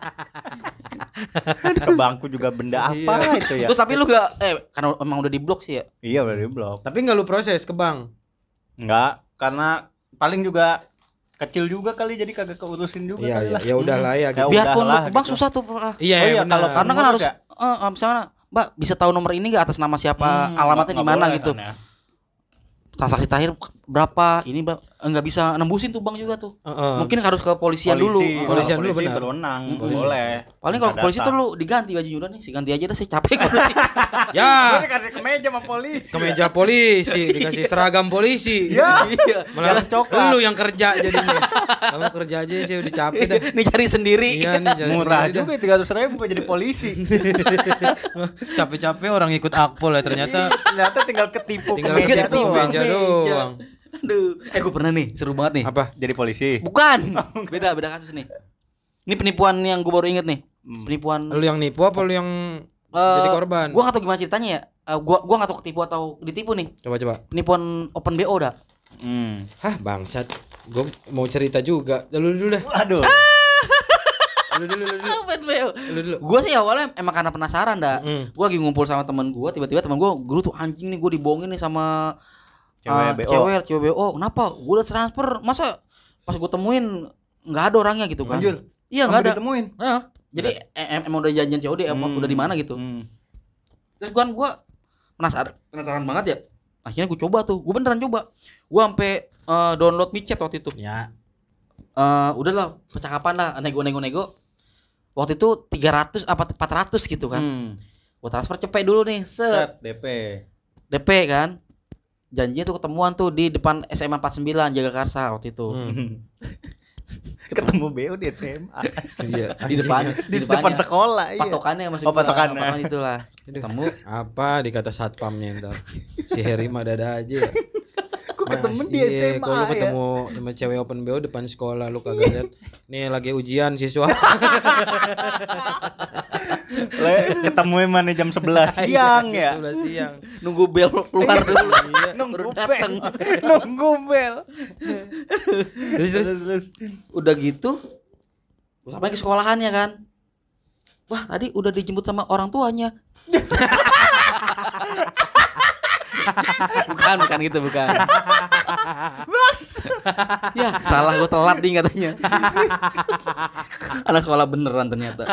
Ke bangku juga benda apa itu ya? Terus tapi lu nggak, karena emang udah diblok sih ya? Iya udah diblok. Tapi nggak lu proses ke bank? Nggak, karena paling juga kecil juga kali jadi kagak keurusin juga. Iya, ya udahlah ya. Gitu. Biarpun lu ke bank susah tuh. Iya, kalau karena kan harus misalnya, Mbak bisa tahu nomor ini nggak atas nama siapa, alamatnya di mana gitu. Kan, ya. Transaksi terakhir berapa? Ini nggak bisa nembusin tuh bank juga tuh. Mungkin harus ke polisian dulu. Polisian dulu benar. Berwenang, boleh. Paling kalau ke polisi tuh lu diganti bajunya udah nih, ganti aja dah, saya capek. Ya. Gue dikasih kemeja sama polisi. Kemeja polisi, dikasih seragam polisi. Iya. Malah coklat. Lu yang kerja jadinya. Kamu kerja aja sih udah capek dah. Nih cari sendiri. Iya nih murah juga 300.000 buat jadi polisi. Capek-capek orang ikut akpol ya ternyata tinggal ketipu kemeja doang. Aduh, gue pernah nih, seru banget nih. Apa? Jadi polisi? Bukan. Beda kasus nih. Ini penipuan yang gue baru inget nih. Penipuan. Lu yang nipu apa lu yang jadi korban? Gua enggak tahu gimana ceritanya ya. Gua enggak tahu ketipu atau ditipu nih. Coba. Penipuan Open BO dah. Hah, bangsat. Gua mau cerita juga. Lu dulu dah. Aduh. Lu dulu. Gua sih awalnya emang karena penasaran dah. Gua lagi ngumpul sama teman gua, tiba-tiba teman gua guru tuh anjing nih gua dibohongin nih sama cewek BO. Kenapa? Gua udah transfer, masa pas gua temuin enggak ada orangnya gitu kan. Anjir. Iya enggak ada. Ditemuin. Jadi emang udah janjian COD, emang udah di mana gitu. Terus gua penasaran banget ya. Akhirnya gue coba tuh, gue beneran coba. Gue sampai download micet waktu itu. Ya. Udahlah percakapan lah, nego. Waktu itu 300 apa 400 gitu kan. Gue transfer cepet dulu nih, set DP kan. Janjinya tuh ketemuan tuh di depan SMA 49 Jagakarsa waktu itu. Ketemu BO di SMA. Iya, di depan sekolah. Patokannya maksud patokannya. Patokan itulah. Ketemu apa dikata satpamnya ntar. Si Heri mah dada aja. Kok ketemu di SMA kalau lu ketemu sama cewek open BO depan sekolah lu kagak lihat. Nih lagi ujian siswa. Ketemu mana jam 11 siang ya. 11 siang. Nunggu bel keluar dulu. Nunggu bel. Terus udah gitu sampai ke sekolahannya kan. Wah, tadi udah dijemput sama orang tuanya. bukan gitu. Ya, salah gue telat nih katanya. Anak sekolah beneran ternyata.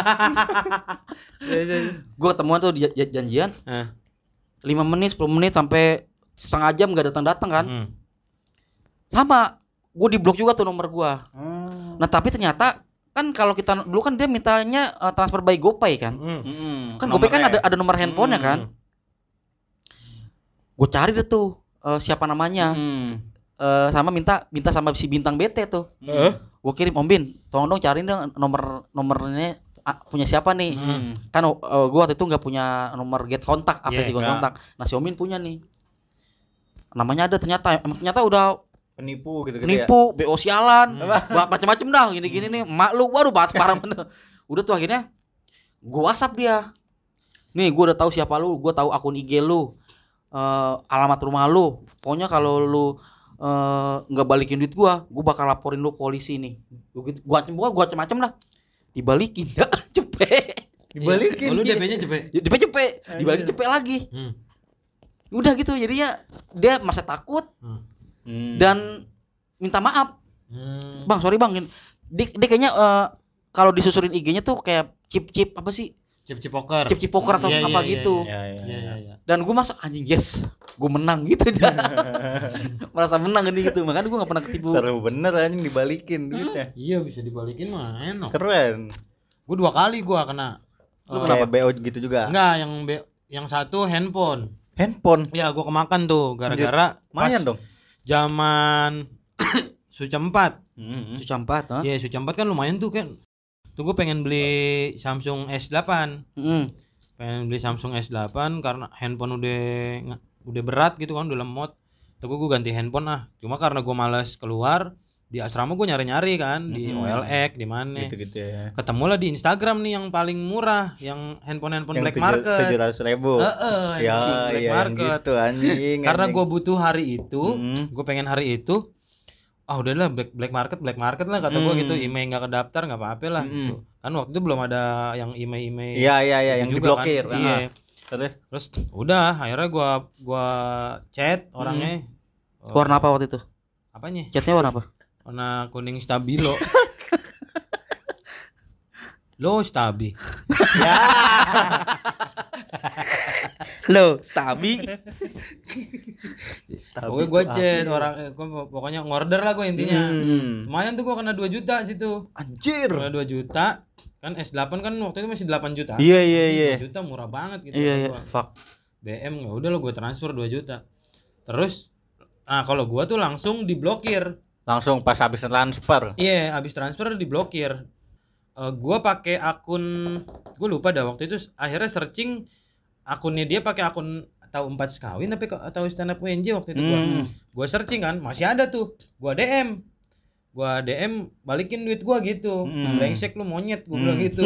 Gue ketemuan tuh di janjian 5 menit 10 menit sampai setengah jam gak datang kan. Sama gue di blok juga tuh nomor gue. Nah tapi ternyata kan kalau kita dulu kan dia mintanya transfer by GoPay kan. Kan GoPay kan ada nomor handphonenya kan. Gue cari deh tuh siapa namanya. Sama minta sama si Bintang BT tuh. Gue kirim, Om Bin, tolong dong cariin dong nomornya punya siapa nih. Kan gue waktu itu gak punya nomor get kontak, aplikasi kontak. Nah si Om Bin punya nih. Namanya ada ternyata udah penipu gitu nipu, BO sialan, macam-macam dah gini-gini nih. Emak lu, waduh bahas parah bener. Udah tuh akhirnya gue WhatsApp dia. Nih gue udah tahu siapa lu, gue tahu akun IG lu, alamat rumah lu. Pokoknya kalau lu nggak balikin duit gue bakal laporin lu polisi nih. Gua macam-macam lah. Dibalikin dah, cepet. Dibalikin. Lu DP-nya cepet. Dibalikin cepet lagi. Udah gitu, jadinya dia masa takut. Dan minta maaf. Bang, sorry bang. Dia kayaknya kalau disusurin IG-nya tuh kayak chip apa sih? Chip poker atau apa gitu. Iya. Dan gue masa anjing yes, gue menang gitu dah. Merasa menang gini gitu. Makanya gue gak pernah ketipu. Seru bener anjing dibalikin duitnya. Iya bisa dibalikin mah enak. Keren. Gue 2 kali gue kena. Lu kenapa? BO gitu juga? Enggak, yang satu handphone. Ya gue kemakan tuh gara-gara lumayan dong. Zaman Suca 4. Suca 4, Iya, Suca 4 kan lumayan tuh kan. Tuh gue pengen beli Samsung S8. Pengen beli Samsung S8 karena handphone udah berat gitu kan, udah lemot. Tuh gue ganti handphone lah. Cuma karena gue malas keluar, di asrama gue nyari-nyari kan di OLX di mana. Gitu ya. Ketemulah di Instagram nih yang paling murah, yang handphone black market. 700.000. Ya, black market. Gitu anjing. Karena gue butuh hari itu, gue pengen hari itu. Udahlah black market lah kata gue gitu. Email nggak kedaftar nggak apa-apa lah gitu. Kan waktu itu belum ada yang email. Iya yang diblokir. Kan. Iya. Terus udah akhirnya gue chat orangnya. Warna apa waktu itu? Apanya? Chatnya warna apa? Warna kuning stabilo. Lo stabi. Ya. Lo stabi. Pokoknya gue chat orang, pokoknya ngorder lah gue intinya. Lumayan tuh gue kena 2 juta situ. Anjir. Kena 2 juta. Kan S8 kan waktu itu masih 8 juta. Iya. 2 juta murah banget gitu. Iya. Fuck. BM ya udah lo gue transfer 2 juta. Terus kalau gue tuh langsung diblokir. Langsung pas habis transfer. Iya, habis transfer diblokir. Gue pakai akun, gue lupa dah waktu itu akhirnya searching akunnya dia pakai akun atau 4 sekawin atau stand up WNJ waktu itu gue searching kan masih ada tuh. Gue DM balikin duit gue gitu. Brengsek lu monyet gue bilang gitu.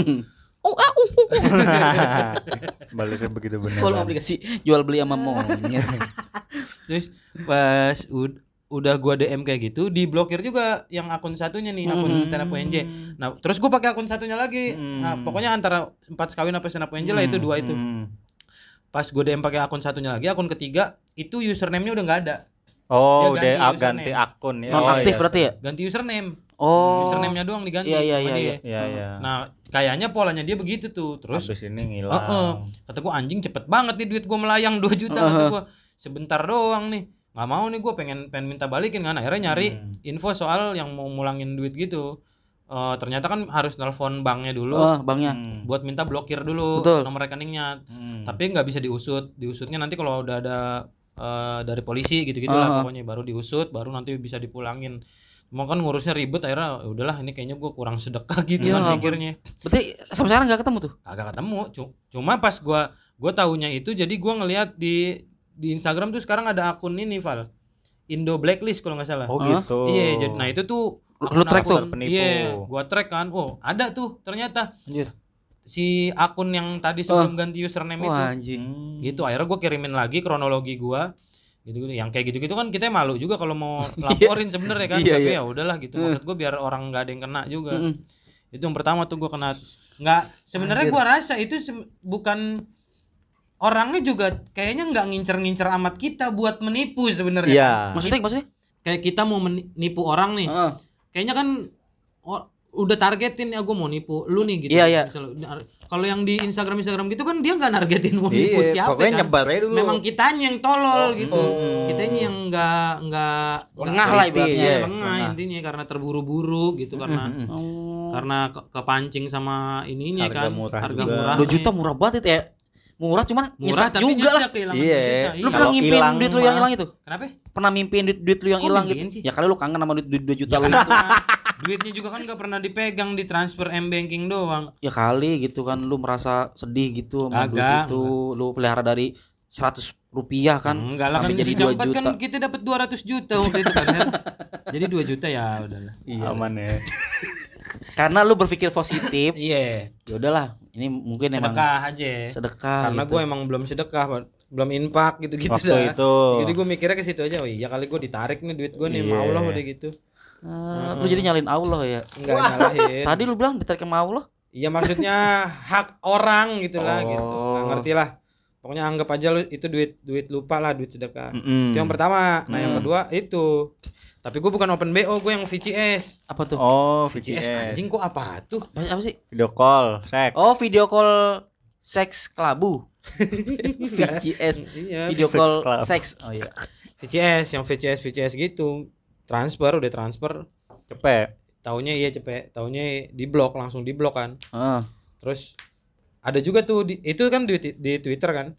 Balasnya begitu benar. Kalau aplikasi jual beli sama monyet. Terus pas udah gua DM kayak gitu diblokir juga yang akun satunya nih, akun stand up WNJ. Nah terus gua pakai akun satunya lagi. Nah pokoknya antara 4 sekawin apa stand up WNJ lah itu 2 itu. Pas gua DM pakai akun satunya lagi, akun ketiga itu username-nya udah nggak ada. Oh udah ganti akun ya. Aktif berarti ya? Ganti username. Username-nya doang diganti. Iya. Nah kayaknya polanya dia begitu tuh. Terus habis ini ngilang. Kata gua anjing cepet banget nih duit gua melayang 2 juta kata gua. sebentar doang nih. Nggak mau nih gue pengen minta balikin kan. Akhirnya nyari info soal yang mau mulangin duit gitu. Ternyata kan harus telepon banknya dulu. Banknya. Buat minta blokir dulu nomor rekeningnya. Tapi nggak bisa diusut. Diusutnya nanti kalau udah ada dari polisi gitu-gitu lah pokoknya baru diusut, baru nanti bisa dipulangin. Cuma kan ngurusnya ribet, akhirnya udahlah ini kayaknya gue kurang sedekah gitu kan pikirnya. Berarti sampai sekarang nggak ketemu tuh? Agak ketemu. Cuma pas gue tahunya itu, jadi gue ngelihat di Instagram tuh sekarang ada akun ini Val, Indo Blacklist kalau nggak salah. Oh gitu. Iya, jadi nah itu tuh lu track tuh penipu. Iya, gue track kan. Oh ada tuh ternyata. Anjir. Si akun yang tadi sebelum ganti username itu. Anjing. Gitu akhirnya gue kirimin lagi kronologi gue gitu yang kayak gitu kan kita malu juga kalau mau laporin sebenarnya kan. Tapi ya udahlah gitu, maksud gue biar orang nggak ada yang kena juga. Itu yang pertama tuh gue kena. Nggak, sebenarnya gue rasa itu bukan, orangnya juga kayaknya nggak ngincer amat kita buat menipu sebenarnya. Iya. Maksudnya kayak kita mau menipu orang nih, kayaknya kan udah targetin ya gue mau nipu lu nih gitu. Iya. Kalau yang di Instagram gitu kan dia nggak nargetin mau nipu siapa pokoknya kan. nyebar aja dulu. Memang kitanya yang tolol gitu. Kitanya yang nggak lengah lah ibaratnya. Lengah intinya karena terburu-buru gitu, karena kepancing sama ininya harga kan. murah Harga juga. murah. 2 juta murah banget itu ya. Murah cuman Murah tapi juga lah. Iya. Lu pernah ngimpiin duit lu yang hilang itu? Kenapa? Pernah mimpiin duit lu yang hilang gitu? Sih? Ya kali lu kangen sama duit 2 juta lu. Duitnya juga kan gak pernah dipegang, di transfer M-Banking doang. Ya kali gitu kan lu merasa sedih gitu sama duit itu. Lu pelihara dari 100 rupiah kan. Enggak lah, kan jadi 2 juta. Kan kita dapat 200 juta waktu itu kan. Jadi 2 juta ya udahlah. Iya. Aman ya. Karena lu berpikir positif. Iya. Ya udahlah, ini mungkin sedekah aja. Sedekah. Karena gitu. gue emang belum sedekah, belum infak gitu-gitu waktu dah. itu. Jadi gue mikirnya ke situ aja. Oh iya kali gue ditarik nih duit gue nih sama Allah udah gitu. Lu jadi nyalin Allah ya? Enggak nyalahin. Tadi lu bilang ditarik sama Allah? Iya maksudnya hak orang gitulah gitu. Nggak ngerti lah. Pokoknya anggap aja lu itu duit lupa lah, duit sedekah. Itu yang pertama. Nah yang kedua itu. Tapi gue bukan open BO, gue yang VCS. Apa tuh? Oh, VCS. Anjing kok apa tuh? Apa sih? Video call, seks. Oh, video call seks kelabu. VCS. Iya, video call seks. Oh iya. VCS, yang VCS gitu. Udah transfer. Cepet. Taunya iya cepet. Taunya langsung diblok kan. Ah. Terus ada juga tuh itu kan di Twitter kan.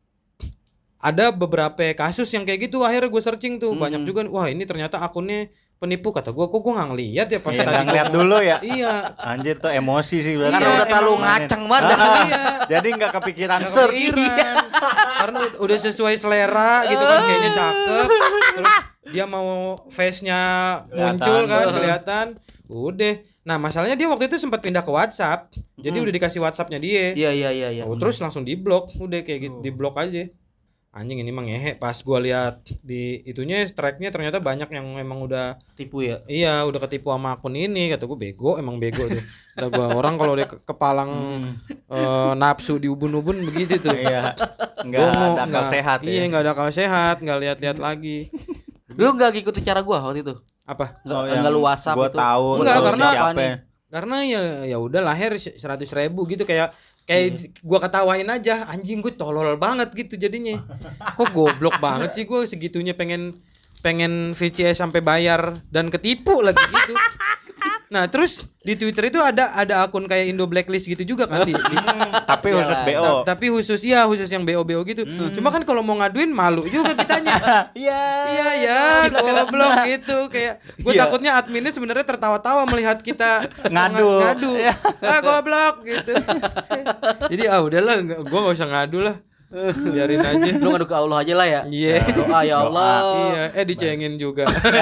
Ada beberapa kasus yang kayak gitu, akhirnya gue searching tuh banyak juga. Wah ini ternyata akunnya penipu, kata gue. Kok gue nggak ngeliat ya pas tadi ngeliat dulu ya. Iya. Anjir tuh emosi sih berarti. Karena udah terlalu ngaceng banget. Iya. Jadi nggak kepikiran search. Karena udah sesuai selera gitu kan, kayaknya cakep. Terus dia mau face-nya muncul kan, kelihatan. Udah. Nah masalahnya dia waktu itu sempat pindah ke WhatsApp. Jadi udah dikasih WhatsApp-nya dia. Iya. Terus langsung diblok. Udah kayak gitu, diblok aja. Anjing ini mah ngehe. Pas gua lihat di itunya tracknya ternyata banyak yang emang udah tipu ya. Iya, udah ketipu sama akun ini. Kata gua bego, emang bego tuh. Udah gua orang kalau udah kepalang nafsu di ubun-ubun begitu tuh. Iya. Enggak ada akal sehat ya. Iya, enggak ada akal sehat, enggak lihat-lihat lagi. Lu enggak ngikutin cara gua waktu itu? Apa? Enggak lu WhatsApp gua itu. Tahu, enggak, karena ya udah lahir 100.000 gitu kayak gua ketawain aja, anjing gue tolol banget gitu jadinya. Kok goblok banget sih gue segitunya pengen VCS sampai bayar dan ketipu lagi gitu. Nah, terus di Twitter itu ada akun kayak Indo Blacklist gitu juga kan tapi khusus BO. Tapi khusus yang BO gitu. Cuma kan kalau mau ngaduin malu juga kitanya. Iya, goblok gitu kayak gue takutnya adminnya sebenarnya tertawa-tawa melihat kita ngadu. Goblok gitu. Jadi udahlah, gue enggak usah ngadu lah. Biarin aja. Lu ngadu ke Allah aja lah ya. Iya. Doa ya Allah. Iya, dicengin juga.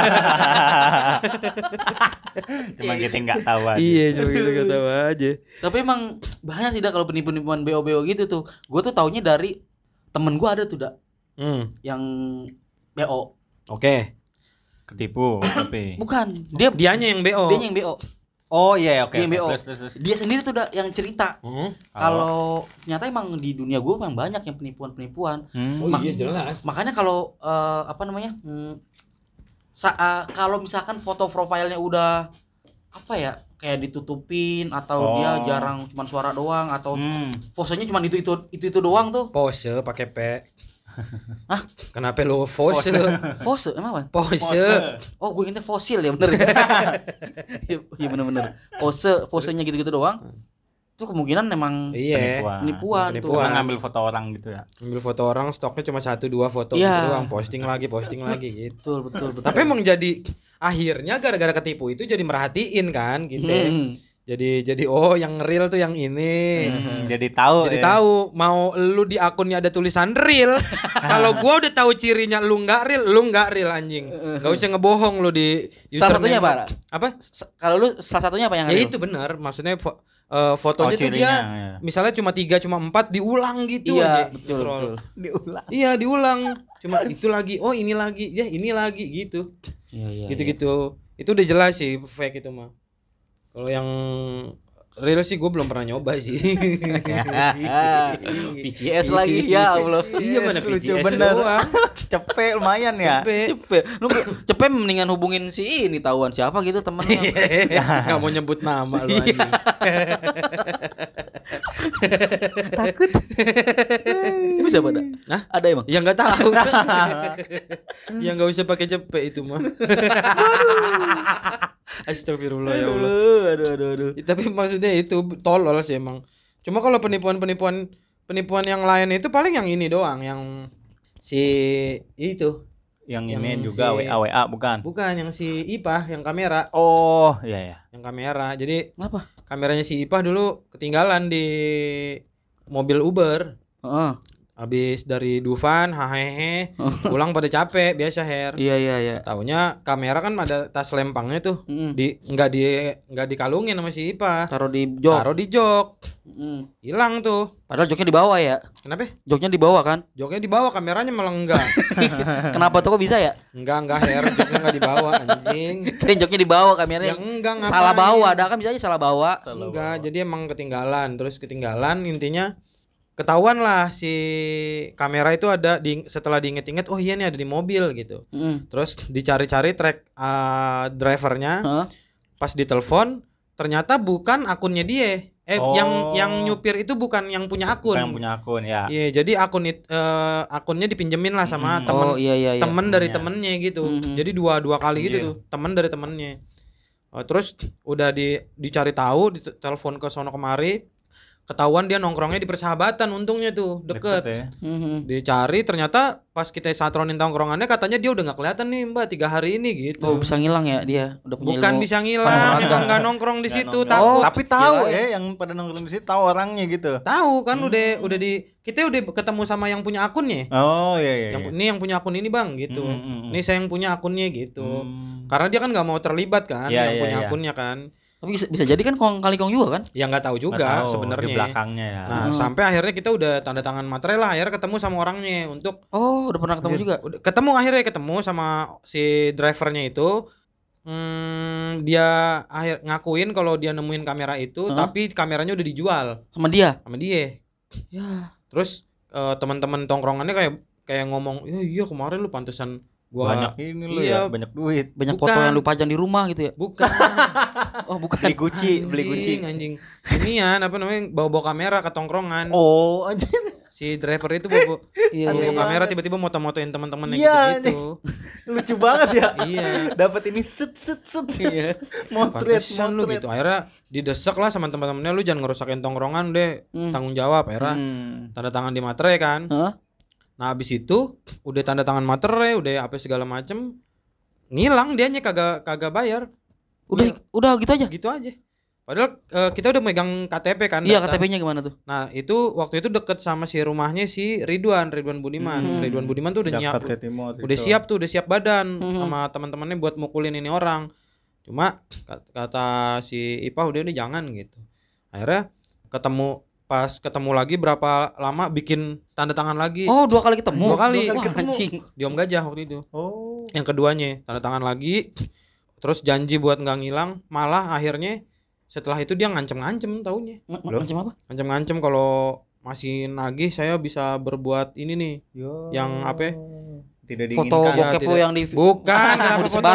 Cuma kita enggak tahu aja. Iya, cuma kita enggak tahu aja. Tapi emang banyak sih dah kalau penipuan BO gitu tuh. Gue tuh taunya dari temen gue ada tuh yang BO. Oke. Ketipu tapi. Bukan, dianya yang BO. Dianya yang BO. Oh iya, oke. Dia BO. Dia sendiri tuh yang cerita. Kalau ternyata emang di dunia gue memang banyak yang penipuan. Iya jelas. Makanya kalau kalau misalkan foto profilnya udah kayak ditutupin atau dia jarang cuma suara doang atau posenya cuma itu doang tuh. Pose pakai P. Hah? Kenapa lu fosil? Fosil emang apa? Pose. Oh, gue ingetnya fosil ya bener. Iya bener. Posenya gitu-gitu doang. Itu kemungkinan emang penipuan tuh. Karena ngambil foto orang gitu ya. Ngambil foto orang, stoknya cuma 1-2 foto gitu doang, posting lagi gitu. Betul. Tapi emang jadi akhirnya gara-gara ketipu itu jadi merhatiin kan gitu. Jadi oh yang real tuh yang ini. Jadi tahu mau lu di akunnya ada tulisan real. Kalau gua udah tahu cirinya lu nggak real anjing. Enggak usah ngebohong lu di salah satunya apa? Kalau lu salah satunya apa yang real? Ya itu benar, maksudnya fotonya tuh dia misalnya cuma 3 cuma 4 diulang gitu aja. Betul. Diulang. Cuma itu lagi, oh ini lagi, ya ini lagi gitu. Iya. Gitu. Itu udah jelas sih fake itu mah. Kalau yang real sih gue belum pernah nyoba sih. VCS lagi ya Allah. Iya mana lucu VCS bener. doang. Cepet lumayan ya. Cepet mendingan hubungin si ini tahuan siapa gitu temen. Enggak mau nyebut nama lu anjing. Takut. Itu siapa dah? Hah? Ada emang? Ya enggak tahu. Ya enggak usah pakai cepet itu mah. Astagfirullah ya Allah. Aduh. Tapi maksudnya itu tolol sih emang. Cuma kalau penipuan yang lain itu paling yang ini doang, yang si itu. Yang ini juga si WA bukan? Bukan, yang si Ipah yang kamera. Oh, iya. Yang kamera. Jadi kenapa? Kameranya si Ipah dulu ketinggalan di mobil Uber. Habis dari Dufan, hahehe, pulang pada capek, biasa Her. Iya. Taunya kamera kan ada tas lempangnya tuh. Enggak dikalungin sama si Ipa. Taruh di jok. Hilang tuh. Padahal joknya di bawah ya. Kenapa? Joknya di bawah kan? Joknya di bawah, kameranya malah enggak. Kenapa tuh kok bisa ya? Enggak Her, joknya enggak di bawah anjing. Keren joknya di bawah kameranya. Ya enggak ngapain. Salah bawa, ada kan bisa aja salah bawa. Enggak, jadi emang ketinggalan. Terus ketinggalan intinya ketahuan lah si kamera itu ada setelah diinget-inget, oh iya nih ada di mobil gitu. Terus dicari-cari track drivernya. Pas ditelepon ternyata bukan akunnya dia. Yang nyupir itu bukan yang punya akun. Bukan yang punya akun ya. Iya, jadi akunnya dipinjemin lah sama temen. Temen dari temennya gitu. Jadi dua kali gitu tuh, temen dari temennya. Terus udah dicari tahu, ditelepon ke sono kemari. Ketahuan dia nongkrongnya di Persahabatan, untungnya tuh deket ya. Dicari ternyata pas kita satronin tongkrongannya katanya dia udah nggak kelihatan nih Mbak 3 hari ini gitu. Oh bisa ngilang ya dia udah punya bukan ilmu. Bisa ngilang, emang nggak nongkrong di situ takut. Tapi tahu yang pada nongkrong di situ tahu orangnya gitu. Tahu kan udah kita udah ketemu sama yang punya akunnya. Oh iya. Ini yang punya akun ini Bang gitu. Ini saya yang punya akunnya gitu. Karena dia kan nggak mau terlibat kan yang punya akunnya kan. Tapi bisa jadi kan kong kali kong juga kan? Ya nggak tahu juga sebenarnya. Di belakangnya ya. Nah, sampai akhirnya kita udah tanda tangan materai lah, akhirnya ketemu sama orangnya untuk udah pernah ketemu juga. Akhirnya ketemu sama si drivernya itu. Dia ngakuin kalau dia nemuin kamera itu, tapi kameranya udah dijual sama dia. Ya. Terus teman-teman tongkrongannya kayak ngomong, iya kemarin lu pantesan banyak ini lu ya, banyak duit. Banyak foto yang lu pajang di rumah gitu ya? Bukan. Bukan. Beli Gucci. Anjing. Ini ya, apa namanya? Bawa kamerah ke tongkrongan. Oh, anjing. Si driver itu bawa kamera tiba-tiba moto-motoin teman-teman yang gitu. Lucu banget ya. Iya. Dapat ini set. Iya. Motret lu gitu. Akhirnya didesak lah sama teman-temannya, lu jangan ngerusakin tongkrongan deh. Tanggung jawab akhirnya. Tanda tangan di materai kan. Nah abis itu udah tanda tangan materai, udah apa segala macem, ngilang dianya kagak bayar. Udah gitu aja. Gitu aja. Padahal kita udah megang KTP kan. Iya, KTP-nya gimana tuh? Nah itu waktu itu deket sama si rumahnya si Ridwan Budiman. Ridwan Budiman tuh udah siap badan sama teman-temannya buat mukulin ini orang. Cuma kata si Ipah udah jangan gitu. Akhirnya pas ketemu lagi berapa lama bikin tanda tangan lagi. Oh, 2 kali ketemu. 2 kali. Wah, anjing. Di Om Gajah waktu itu. Oh. Yang keduanya tanda tangan lagi. Terus janji buat nggak ngilang. Malah akhirnya setelah itu dia ngancem taunya. Ngancem apa? Ngancem kalau masih nagih saya bisa berbuat ini nih. Yang apa? Tidak diinginkan. Foto bokep lu yang di bukan mau disebarin.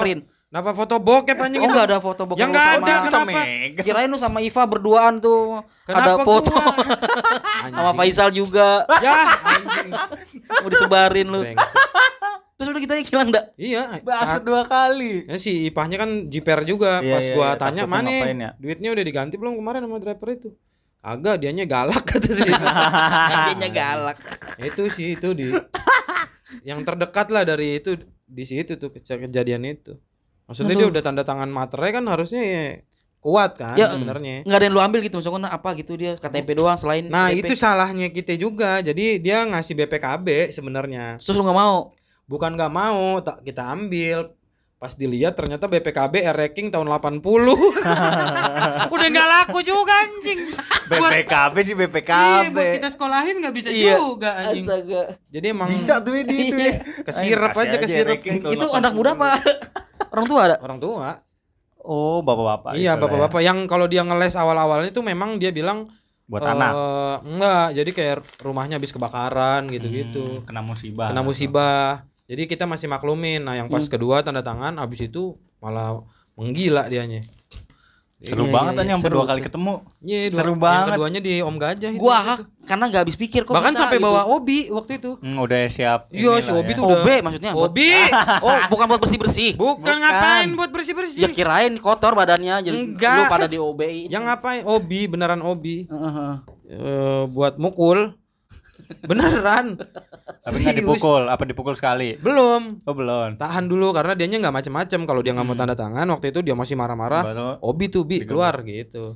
Kenapa foto bokep anjing? Oh, enggak ada foto bokep. Ya enggak ada, kenapa? Kirain lu sama Iva berduaan tuh. Ada foto. Sama Faisal juga. Ya, anjing. Mau disebarin lu. Terus udah kita hilang enggak? Iya, bahas 2 kali. Ya si Ipahnya kan jiper juga. Pas gua tanya, "Mana ya? duitnya udah diganti belum kemarin sama driver itu?" Agak, dianya galak kata dia. Dianya galak. Itu sih itu yang terdekat lah dari itu di situ tuh kejadian itu. Maksudnya dia udah tanda tangan materai kan harusnya ya kuat kan ya, sebenarnya. Enggak ada yang lu ambil gitu maksudnya apa gitu dia KTP doang selain Nah, KTP. itu salahnya kita juga. Jadi dia ngasih BPKB sebenarnya. Terus lu enggak mau. Bukan enggak mau, kita ambil. Pas dilihat ternyata BPKB ranking tahun 80. Udah enggak laku juga anjing. BPKB sih BPKB. Iya, buat kita sekolahin enggak bisa juga anjing. Astaga. Jadi emang bisa tuh itu ya. Kesirep aja kesirep. Itu anak muda apa? Orang tua ada? Orang tua. Oh, bapak-bapak. Iya, bapak-bapak yang kalau dia ngeles awal-awalnya itu memang dia bilang buat anak. Enggak, jadi kayak rumahnya habis kebakaran gitu-gitu. Kena musibah. Kena musibah. Jadi kita masih maklumin. Nah, yang pas kedua tanda tangan habis itu malah menggila dianya. Seru banget tanya yang kedua kali ketemu. Iya, seru banget. Yang keduanya di Om Gajah itu. Gua karena enggak habis pikir kok. Bahkan sampai gitu. bawa Obi waktu itu. Udah siap. Iya, si Obi tuh udah. OB maksudnya. Obi. Oh, bukan buat bersih-bersih. Bukan ngapain buat bersih-bersih. Ya kirain kotor badannya jadi Enggak. lu pada di OB. Yang ngapain? Obi, beneran Obi. Buat mukul. Beneran. Tapi nggak dipukul, apa dipukul sekali? Belum. Oh belum. Tahan dulu karena dianya nggak macem-macem. Kalau dia nggak mau tanda tangan waktu itu dia masih marah-marah. Obi tuh bi keluar gitu.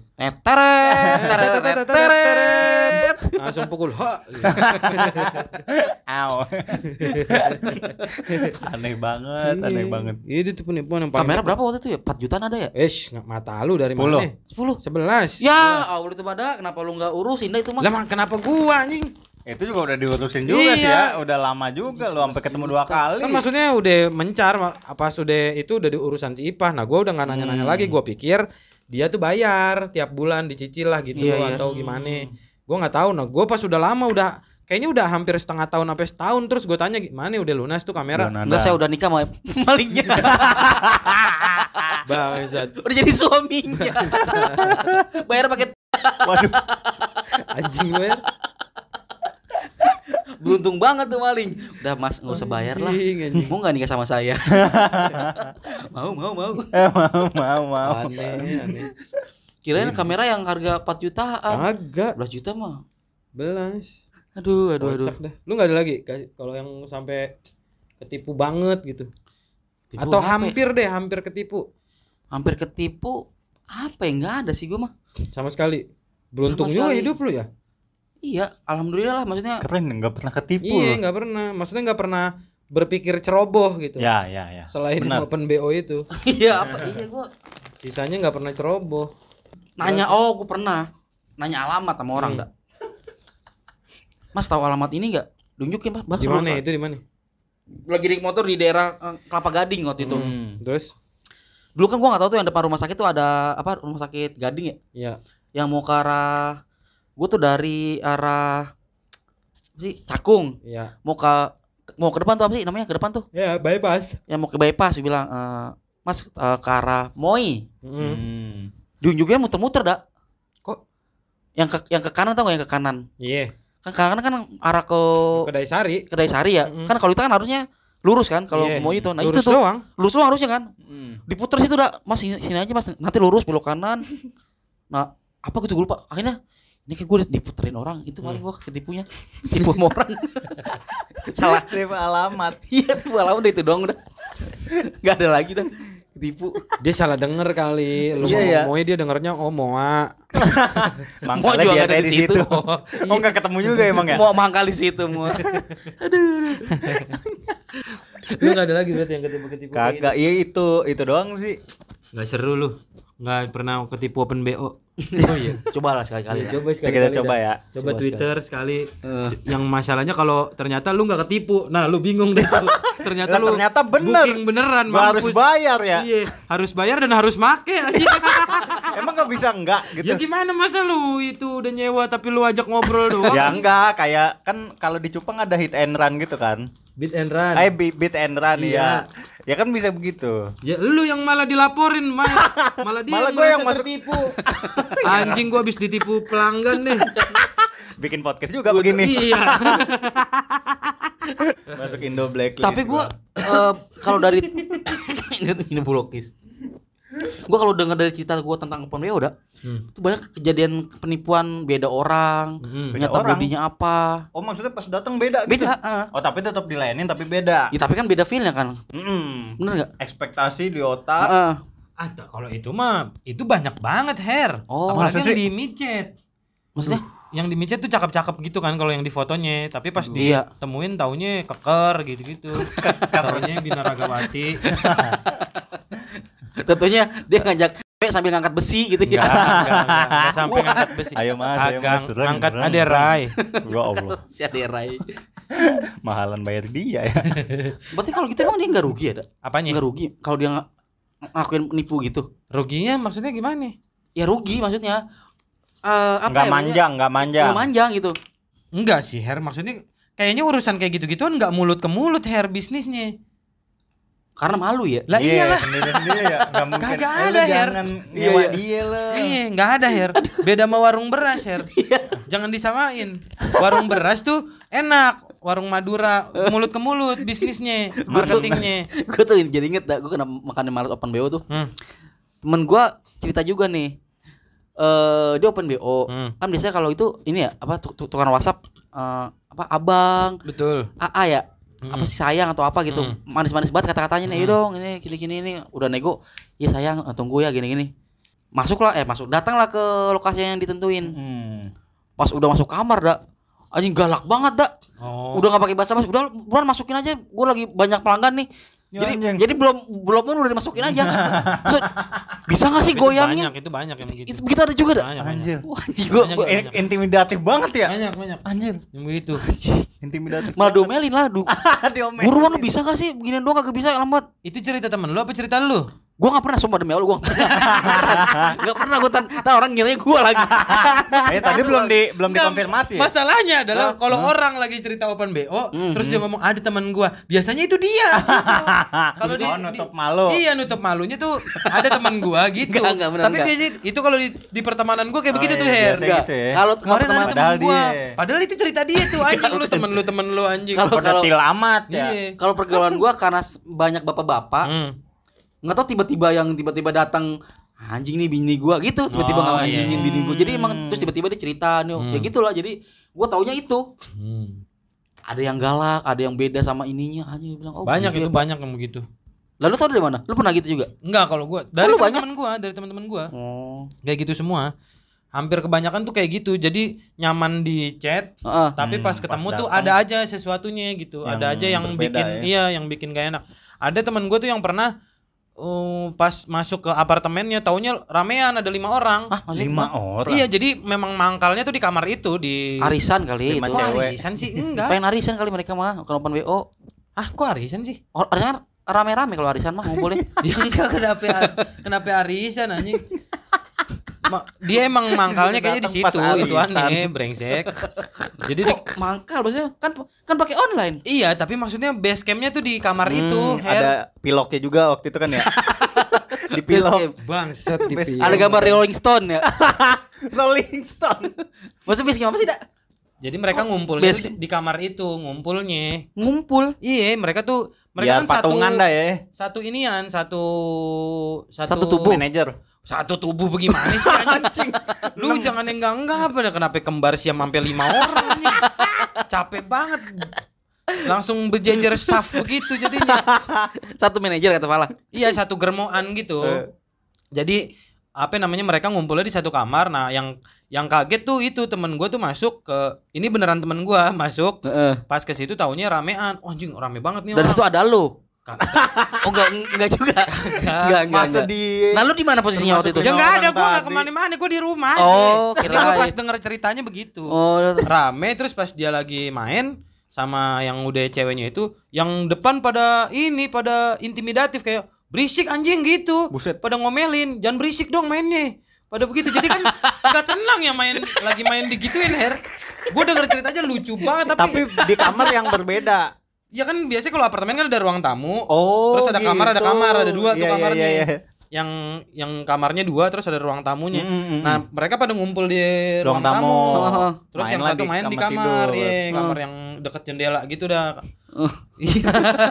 Teret. Langsung pukul. Aw. Aneh banget, aneh banget. Itu tuh penipuan yang paling. Kamera berapa waktu itu ya? 4 jutaan ada ya? Nggak mata lu dari mana? 10. 11. Ya, Allah itu pada kenapa lu enggak urusin dah itu mah? Lah kenapa gua anjing? Itu juga udah diurusin juga sih ya. Udah lama juga lu sampai ketemu 2 kali. Kan maksudnya udah mencar apa sudah itu udah di urusan si Ipah. Nah, gua udah enggak nanya-nanya lagi. Gua pikir dia tuh bayar tiap bulan dicicil lah gitu atau gimana. Gua enggak tahu. Nah, gua pas udah lama udah kayaknya udah hampir setengah tahun sampai setahun terus gua tanya gimana udah lunas tuh kamera. Enggak, saya udah nikah sama malingnya. Bangsat. Udah jadi suaminya. Bayar pakai. Waduh. Anjing lu ya. Beruntung banget tuh maling. Udah Mas enggak usah bayar lah. Mau enggak nikah sama saya? Mau. Mau. Aneh. Kirain kamera yang harga 4 jutaan. Agak. 11 juta mah. 11. Aduh. Dah. Lu enggak ada lagi kalau yang sampai ketipu banget gitu. Ketipu atau apa? hampir ketipu. Hampir ketipu apa ya? Enggak ada sih gua mah. Sama sekali. Beruntung juga hidup lu ya. Iya, alhamdulillah lah maksudnya. Keren, nggak pernah ketipu. Iya, nggak pernah. Maksudnya nggak pernah berpikir ceroboh gitu. Ya. Selain open BO itu. Iya apa? Iya gua. Sisanya nggak pernah ceroboh. Nanya, gua pernah nanya alamat sama orang enggak. Mas tahu alamat ini enggak? Tunjukin Mas. Di mana itu di mana? Lagi naik motor di daerah Kelapa Gading waktu itu. Terus? Dulu kan gua enggak tahu tuh yang depan rumah sakit tuh ada apa? Rumah sakit Gading ya? Iya. Yang mau ke arah gua tuh dari arah apa sih? Cakung. Iya. Mau ke depan tuh apa sih namanya? Ke depan tuh. Ya, bypass. Yang mau ke bypass dia bilang, "Mas ke arah Moi." Diunjukin muter-muter dah. Kok yang ke kanan tau gak yang ke kanan? Iya. Kan kanan kan arah ke Kedai Sari ya. Kan kalau itu kan harusnya lurus kan kalau ke Moi itu. Nah, lurus itu tuh. Doang. Lurus doang harusnya kan. Diputer situ dah. Mas sini aja Mas. Nanti lurus belok kanan. Nah, apa gitu gue lupa. Akhirnya ini kayak gue diputerin orang. Itu paling gue ketipunya. Tipu sama orang. Salah. Tipu alamat. Iya, tipu alamat itu doang udah. Gak ada lagi dah. Ketipu. Dia salah denger kali. Lu Moi dia dengernya Moa. Mangkalnya biasa di situ. Oh enggak ketemu juga emang ya? Mau mangkal di situ mau. Aduh. Lu enggak ada lagi berarti yang ketipu-ketipu. Kagak, iya itu doang sih. Enggak seru lu. Enggak pernah ketipu open BO. Oh iya. Cobalah sekali-kali. Coba Kita coba ya. Coba Twitter sekali. Yang masalahnya kalau ternyata lu enggak ketipu. Nah, lu bingung deh tuh. Ternyata lu ternyata bener. Booking beneran harus bayar ya. Iya, harus bayar dan harus make aja. Emang enggak bisa enggak gitu. Ya gimana masa lu itu udah nyewa tapi lu ajak ngobrol doang. Ya enggak, kayak kan kalau di Cupang ada hit and run gitu kan. Beat and run. Beat and run ya. Ya kan bisa begitu. Ya lu yang malah dilaporin, malah dia malah gue yang masuk tertipu. Anjing gua habis ditipu pelanggan nih. Bikin podcast juga begini. Iya. Masuk Indo Blacklist. Tapi gua kalau dari ini bulokis. Gua kalau dengar dari cerita gua tentang Open BO itu banyak kejadian penipuan beda orang, ternyata bodinya apa. Oh maksudnya pas datang beda gitu? Beda. Oh tapi tetap dilayanin tapi beda. Ya tapi kan beda feel-nya kan. Bener nggak? Ekspektasi di otak. Kalau itu mah itu banyak banget apalagi yang di micet. Maksudnya? Yang di micet tuh cakep-cakep gitu kan kalau yang di fotonya, tapi pas ditemuin taunya keker gitu-gitu. Taunya Binaragawati. Tentunya dia ngajak sambil ngangkat besi gitu ya. Enggak sampai ngangkat besi. Ayo mas, ngangkat aderai. Ya Allah. Si aderai. Mahalan bayar dia ya. Berarti kalau gitu emang dia enggak rugi ya, Apanya? Enggak rugi kalau dia ngakuin nipu gitu. Ruginya maksudnya gimana? Ya rugi maksudnya. Enggak manjang gitu. Enggak sih, maksudnya kayaknya urusan kayak gitu-gituan enggak mulut ke mulut bisnisnya. Karena malu ya. Lah iyalah. Sendiri-sendiri ya. Enggak mungkin. Kagak ada Jangan nyewa dia lah. Enggak ada Beda sama warung beras Jangan disamain. Warung beras tuh enak, warung Madura mulut ke mulut bisnisnya, marketingnya. Gue tuh jadi inget dah, gue kena makan malas Open BO tuh. Temen gue cerita juga nih. Dia Open BO. Kan biasanya kalau itu ini ya tukang WhatsApp abang. Betul. AA ya. Apa sih sayang atau apa gitu. Manis-manis banget kata-katanya nih, dong ini gini-gini ini udah nego. Ya sayang, tunggu ya gini-gini. Datanglah ke lokasi yang ditentuin. Pas udah masuk kamar anjing galak banget Udah enggak pakai basa-basi, udah buruan masukin aja. Gue lagi banyak pelanggan nih. Jadi belum pun udah dimasukin aja. Bisa enggak sih goyangnya? Itu banyak yang begitu. Itu begitu ada juga Anjir. Gue intimidatif banget ya. Banyak. Anjir. Yang begitu. Intimidatif. Malah domelin lah. Buruan lu bisa enggak sih? Beginian doang kagak bisa lambat. Itu cerita temen lu apa cerita lu? Gue gak pernah, sumpah demi Allah gue gak pernah gue orang ngiranya gue lagi. Tadi belum dikonfirmasi. Masalahnya adalah kalau orang lagi cerita Open BO terus dia ngomong ada teman gue, biasanya itu dia. Kalau nutup malu. Iya, nutup malunya tuh ada teman gue gitu. Tapi biasanya itu kalau di pertemanan gue kayak begitu tuh Kalau kemarin ada teman gue, padahal itu cerita dia tuh anjing. Lu temen lu anjing. Kalau amat ya. Kalau pergaulan gue karena banyak bapak-bapak, nggak tahu tiba-tiba datang anjing nih bini gua gitu, tiba-tiba nggak izinin bini gua, jadi emang terus tiba-tiba dia cerita nih ya gitulah, jadi gua taunya itu ada yang galak, ada yang beda sama ininya anjing bilang banyak itu banyak yang begitu. Lalu tau dari mana? Lu pernah gitu juga? Enggak, kalau gua dari teman-teman gua kayak gitu semua. Hampir kebanyakan tuh kayak gitu. Jadi nyaman di chat, tapi pas ketemu tuh ada aja sesuatunya gitu. Ada aja yang bikin yang bikin gak enak. Ada teman gua tuh yang pernah pas masuk ke apartemennya taunya ramean, ada 5 orang. 5 orang? Iya, jadi memang mangkalnya tuh di kamar itu, di arisan kali itu. Arisan sih enggak. Pengen arisan kali mereka mah, bukan Open BO. Kok arisan sih? Arisan kan rame-rame, kalau arisan mah boleh. Ya enggak, kenapa arisan anjing? Dia emang mangkalnya kayaknya di situ, itu aneh, brengsek. Jadi mangkal maksudnya kan pakai online. Iya, tapi maksudnya base campnya tuh di kamar itu. Ada piloknya juga waktu itu kan ya. Di pilok. Bangsat di pilok. Ada gambar Rolling Stone ya. Rolling Stone. Maksudnya base camp apa sih, Dak? Jadi mereka ngumpulnya di kamar itu, ngumpulnya. Ngumpul. Iya, mereka kan patungan satu inian, satu tubuh. Manajer. Satu tubuh bagaimana sih anjing? Lu jangan enggak apa kenapa kembar siam sampai 5 orang anjing. Capek banget. Langsung berjejer saf begitu jadinya. Satu manajer kata Fala. Iya, satu germoan gitu. Jadi mereka ngumpulnya di satu kamar. Nah, yang kaget tuh itu temen gue tuh masuk ke, ini beneran temen gue masuk. Pas ke situ taunya ramean. Oh anjing, rame banget nih orang. Dan itu ada lu. Oh enggak juga. Enggak. Nah, lu di mana posisinya waktu itu? Ya enggak ada, gua enggak kemana-mana, gua di rumah. Oh, kira gua pas denger ceritanya begitu. Rame, terus pas dia lagi main sama yang udah ceweknya itu, yang depan pada intimidatif kayak berisik anjing gitu. Buset. Pada ngomelin, jangan berisik dong mainnya. Pada begitu. Jadi kan enggak tenang ya lagi main digituin, Gua denger ceritanya lucu banget tapi di kamar yang berbeda. Ya kan biasanya kalau apartemen kan ada ruang tamu. Terus ada gitu. kamar, ada 2 tuh kamarnya. Iya. Yang kamarnya 2 terus ada ruang tamunya. Nah, mereka pada ngumpul di ruang tamu. Terus yang satu main di kamar, kamar yang dekat jendela gitu dah. Iya.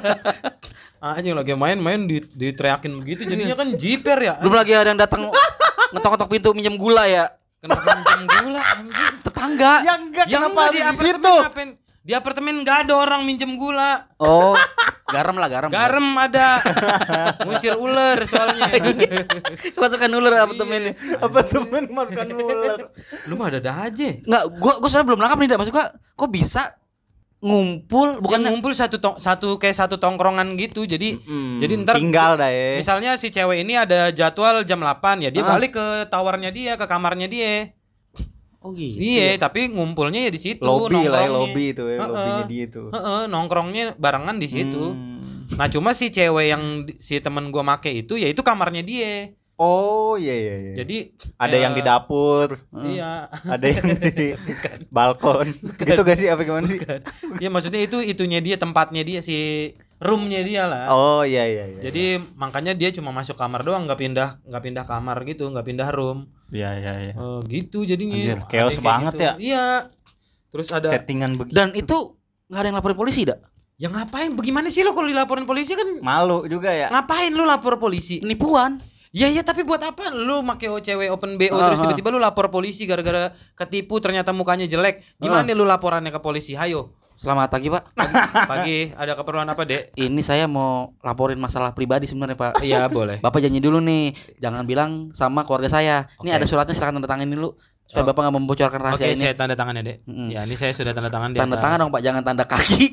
Anjing lagi main diteriakin begitu jadinya kan jiper ya. Belum lagi ada yang datang ngetok-ngetok pintu minjem gula ya. Kenapa minjem gula anjing? Tetangga. Ya enggak, kenapa di di situ? apartemen di apartemen enggak ada orang minjem gula. Oh, garam. Garam ada. Ngusir ular soalnya. Masukkan ular apartemen. Apartemen masukkan ular. Lu mah ada aja. Enggak, gua soalnya belum nangkap nih, maksud gua kok bisa ngumpul Bukan ngumpul satu tongkrongan gitu. Jadi ntar tinggal dah ya. Misalnya si cewek ini ada jadwal jam 8 ya dia balik ke towernya dia, ke kamarnya dia. Oh gitu. Iya, tapi ngumpulnya ya di situ Lobby lah ya, nongkrongnya. lobby itu ya, lobbynya dia itu. Nongkrongnya barengan di situ. Nah, cuma si cewek yang si temen gua make itu ya itu kamarnya dia. Oh iya. Jadi ada yang di dapur. Iya. Ada yang di balkon. Gitu gak sih, apa gimana sih? Iya, maksudnya tempatnya dia si roomnya dia lah. Oh iya. Jadi makanya dia cuma masuk kamar doang, nggak pindah kamar gitu, nggak pindah room. Iya. Gitu jadinya. Anjir, chaos banget gitu. ya. Iya. Terus ada settingan begitu. Dan itu nggak ada yang laporin polisi, dak? Ya ngapain? Bagaimana sih lo kalau dilaporin polisi kan? Malu juga ya. Ngapain lu lapor polisi? Penipuan. Ya tapi buat apa lu make OCW open BO terus tiba-tiba lu lapor polisi gara-gara ketipu ternyata mukanya jelek. Gimana lu laporannya ke polisi? Hayo. Selamat pagi, Pak. Pagi, ada keperluan apa, Dek? Ini saya mau laporin masalah pribadi sebenarnya, Pak. Iya, boleh. Bapak janji dulu nih, jangan bilang sama keluarga saya. Ini ada suratnya, silakan tanda tangan dulu supaya Bapak enggak membocorkan rahasia ini. Oke, saya tanda tangan ya, Dek. Ya, ini saya sudah tanda tangan di Tanda tangan dong, Pak, jangan tanda kaki.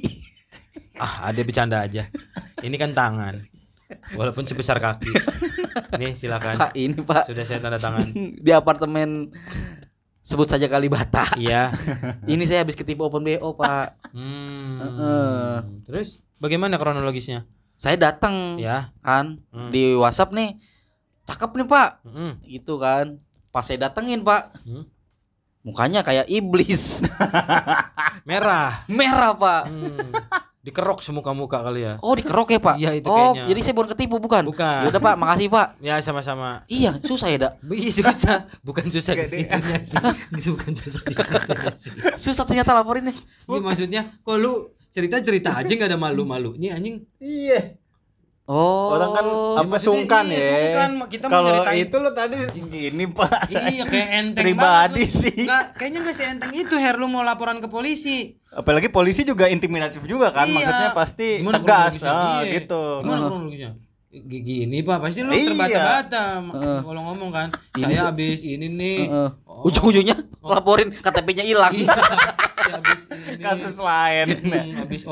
Ada bercanda aja. Ini kan tangan. Walaupun sebesar kaki. Nih, silakan. Pak, ini, Pak. Sudah saya tanda tangan. Di apartemen sebut saja Kalibata. Iya. Ini saya habis ketipu open BO, Pak. Terus bagaimana kronologisnya? Saya datang kan di WhatsApp nih. Cakep nih, Pak. Gitu kan. Pas saya datengin, Pak. Mukanya kayak iblis. Merah, Pak. Dikerok semuka-muka kali ya. Oh, dikerok ya, Pak? Iya, itu kayaknya. Jadi saya bukan ketipu, bukan? Bukan. Ya udah, Pak, makasih, Pak. Ya, sama-sama. Iya, susah ya, Dak? Iya, susah. Bukan susah di situnya sih. Bukan susah di situnya sih. Susah ternyata laporin nih. Iya, maksudnya kok lu cerita aja enggak ada malu-malunya anjing. Iya. Oh. Orang kan apa sungkan ya. Sungkan kita mau kalau nyeritain. itu lo tadi gini, Pak. Iya, kayak enteng pribadi banget. sih. Kayaknya enggak seenteng itu lu mau laporan ke polisi. Apalagi polisi juga intimidatif juga kan, maksudnya pasti gimana tegas gitu. Gimana kronologisnya? Gini, Pak, pasti lu terbata-bata kalau ngomong kan. Saya habis ini nih. Ujung-ujungnya laporin KTP-nya hilang. Habis ini. Kasus lain. Habis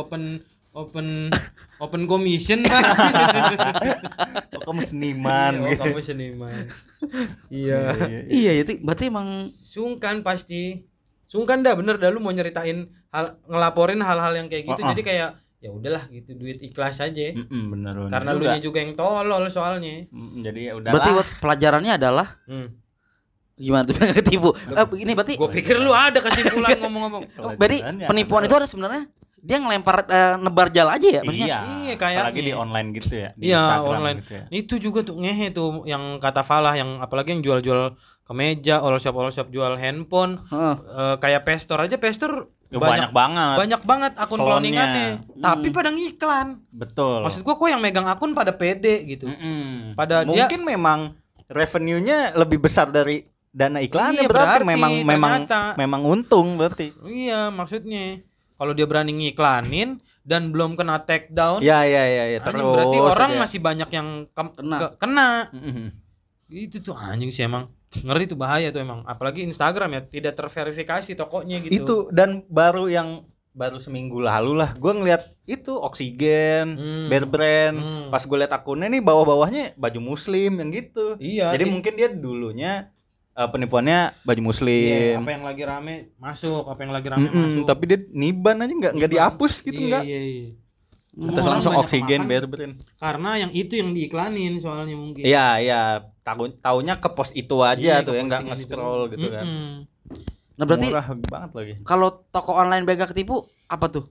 open commission, Pak. Kamu seniman gitu. Kamu seniman. Iya. Iya, itu berarti emang sungkan pasti. Sungkan dah, bener dah lu mau nyeritain ngelaporin hal-hal yang kayak gitu. Jadi kayak ya udahlah gitu, duit ikhlas aja. Bener. Karena lu nya juga yang tolol soalnya. Jadi ya udahlah. Berarti pelajarannya adalah gimana tuh ketipu? Ini berarti gua pikir lu ada kesimpulan ngomong-ngomong. Berarti penipuan itu ada sebenarnya dia ngelempar nebar jal aja ya maksudnya. Iya kayak apalagi di online gitu ya, di Instagram online gitu ya. Itu juga tuh ngehe tuh yang kata Falah, yang apalagi yang jual-jual kemeja, all shop jual handphone. Kayak Pestor aja, Pestor banyak banget akun cloningannya. Tapi pada ngiklan. Betul. Maksud gua kok yang megang akun pada pede gitu. Pada mungkin memang revenue-nya lebih besar dari dana iklannya, berarti memang untung berarti. Iya, maksudnya kalau dia berani ngiklanin dan belum kena take down. Ya terus. Berarti orang masih banyak yang kena. Itu tuh anjing sih emang. Ngeri tuh, bahaya tuh emang. Apalagi Instagram ya, tidak terverifikasi tokonya gitu. Itu dan baru seminggu lalu lah gue ngeliat itu Oksigen, Bear Brand. Pas gue liat akunnya nih bawah-bawahnya baju muslim yang gitu. Iya. Jadi mungkin dia dulunya penipuannya baju muslim. Apa yang lagi rame masuk, masuk. Tapi dia niban aja nggak dihapus gitu, nggak. Iya. Terus langsung Oksigen, Bear Brand. Karena yang itu yang diiklanin soalnya mungkin. Iya. Taunya ke pos itu aja tuh ya, nggak nge-scroll gitu kan. Nah berarti murah banget lagi. Kalau toko online bega ketipu apa tuh?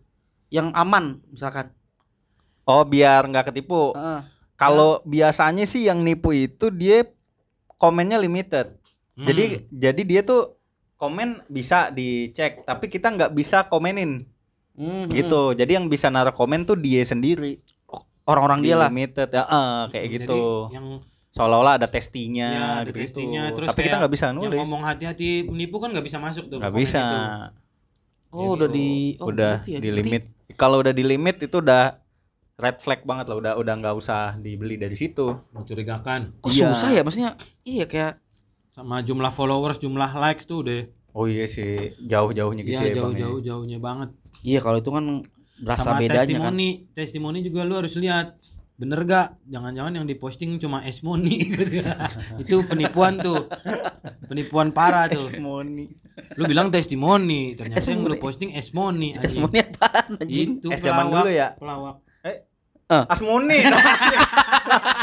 yang aman misalkan. Oh, biar nggak ketipu. Kalau biasanya sih yang nipu itu dia komennya limited. Jadi dia tuh komen bisa dicek, tapi kita nggak bisa komenin. Gitu. Jadi yang bisa naruh komen tuh dia sendiri. Orang-orang dia lah. Limited ya, kayak gitu. Yang seolah-olah ada testinya, ya, ada gitu. Testinya, terus tapi kita nggak bisa nulis. Yang ngomong hati-hati menipu kan nggak bisa masuk tuh. Nggak bisa. Itu. Oh, udah gitu ya. Di limit. Kalau udah di limit itu udah red flag banget lah, udah nggak usah dibeli dari situ. Mencurigakan. Kok susah ya, maksudnya? Iya kayak sama jumlah followers, jumlah likes tuh deh. Oh iya sih, jauh-jauhnya gitu ya, jauhnya banget. Iya, kalau itu kan berasa sama bedanya testimoni juga lu harus lihat bener gak, jangan-jangan yang diposting cuma esmoni gitu. Itu penipuan tuh, penipuan parah tuh. Esmoni, lu bilang testimoni, ternyata yang lu posting esmoni. Esmoni apaan anjing? Itu zaman dulu ya, pelawak Asmoni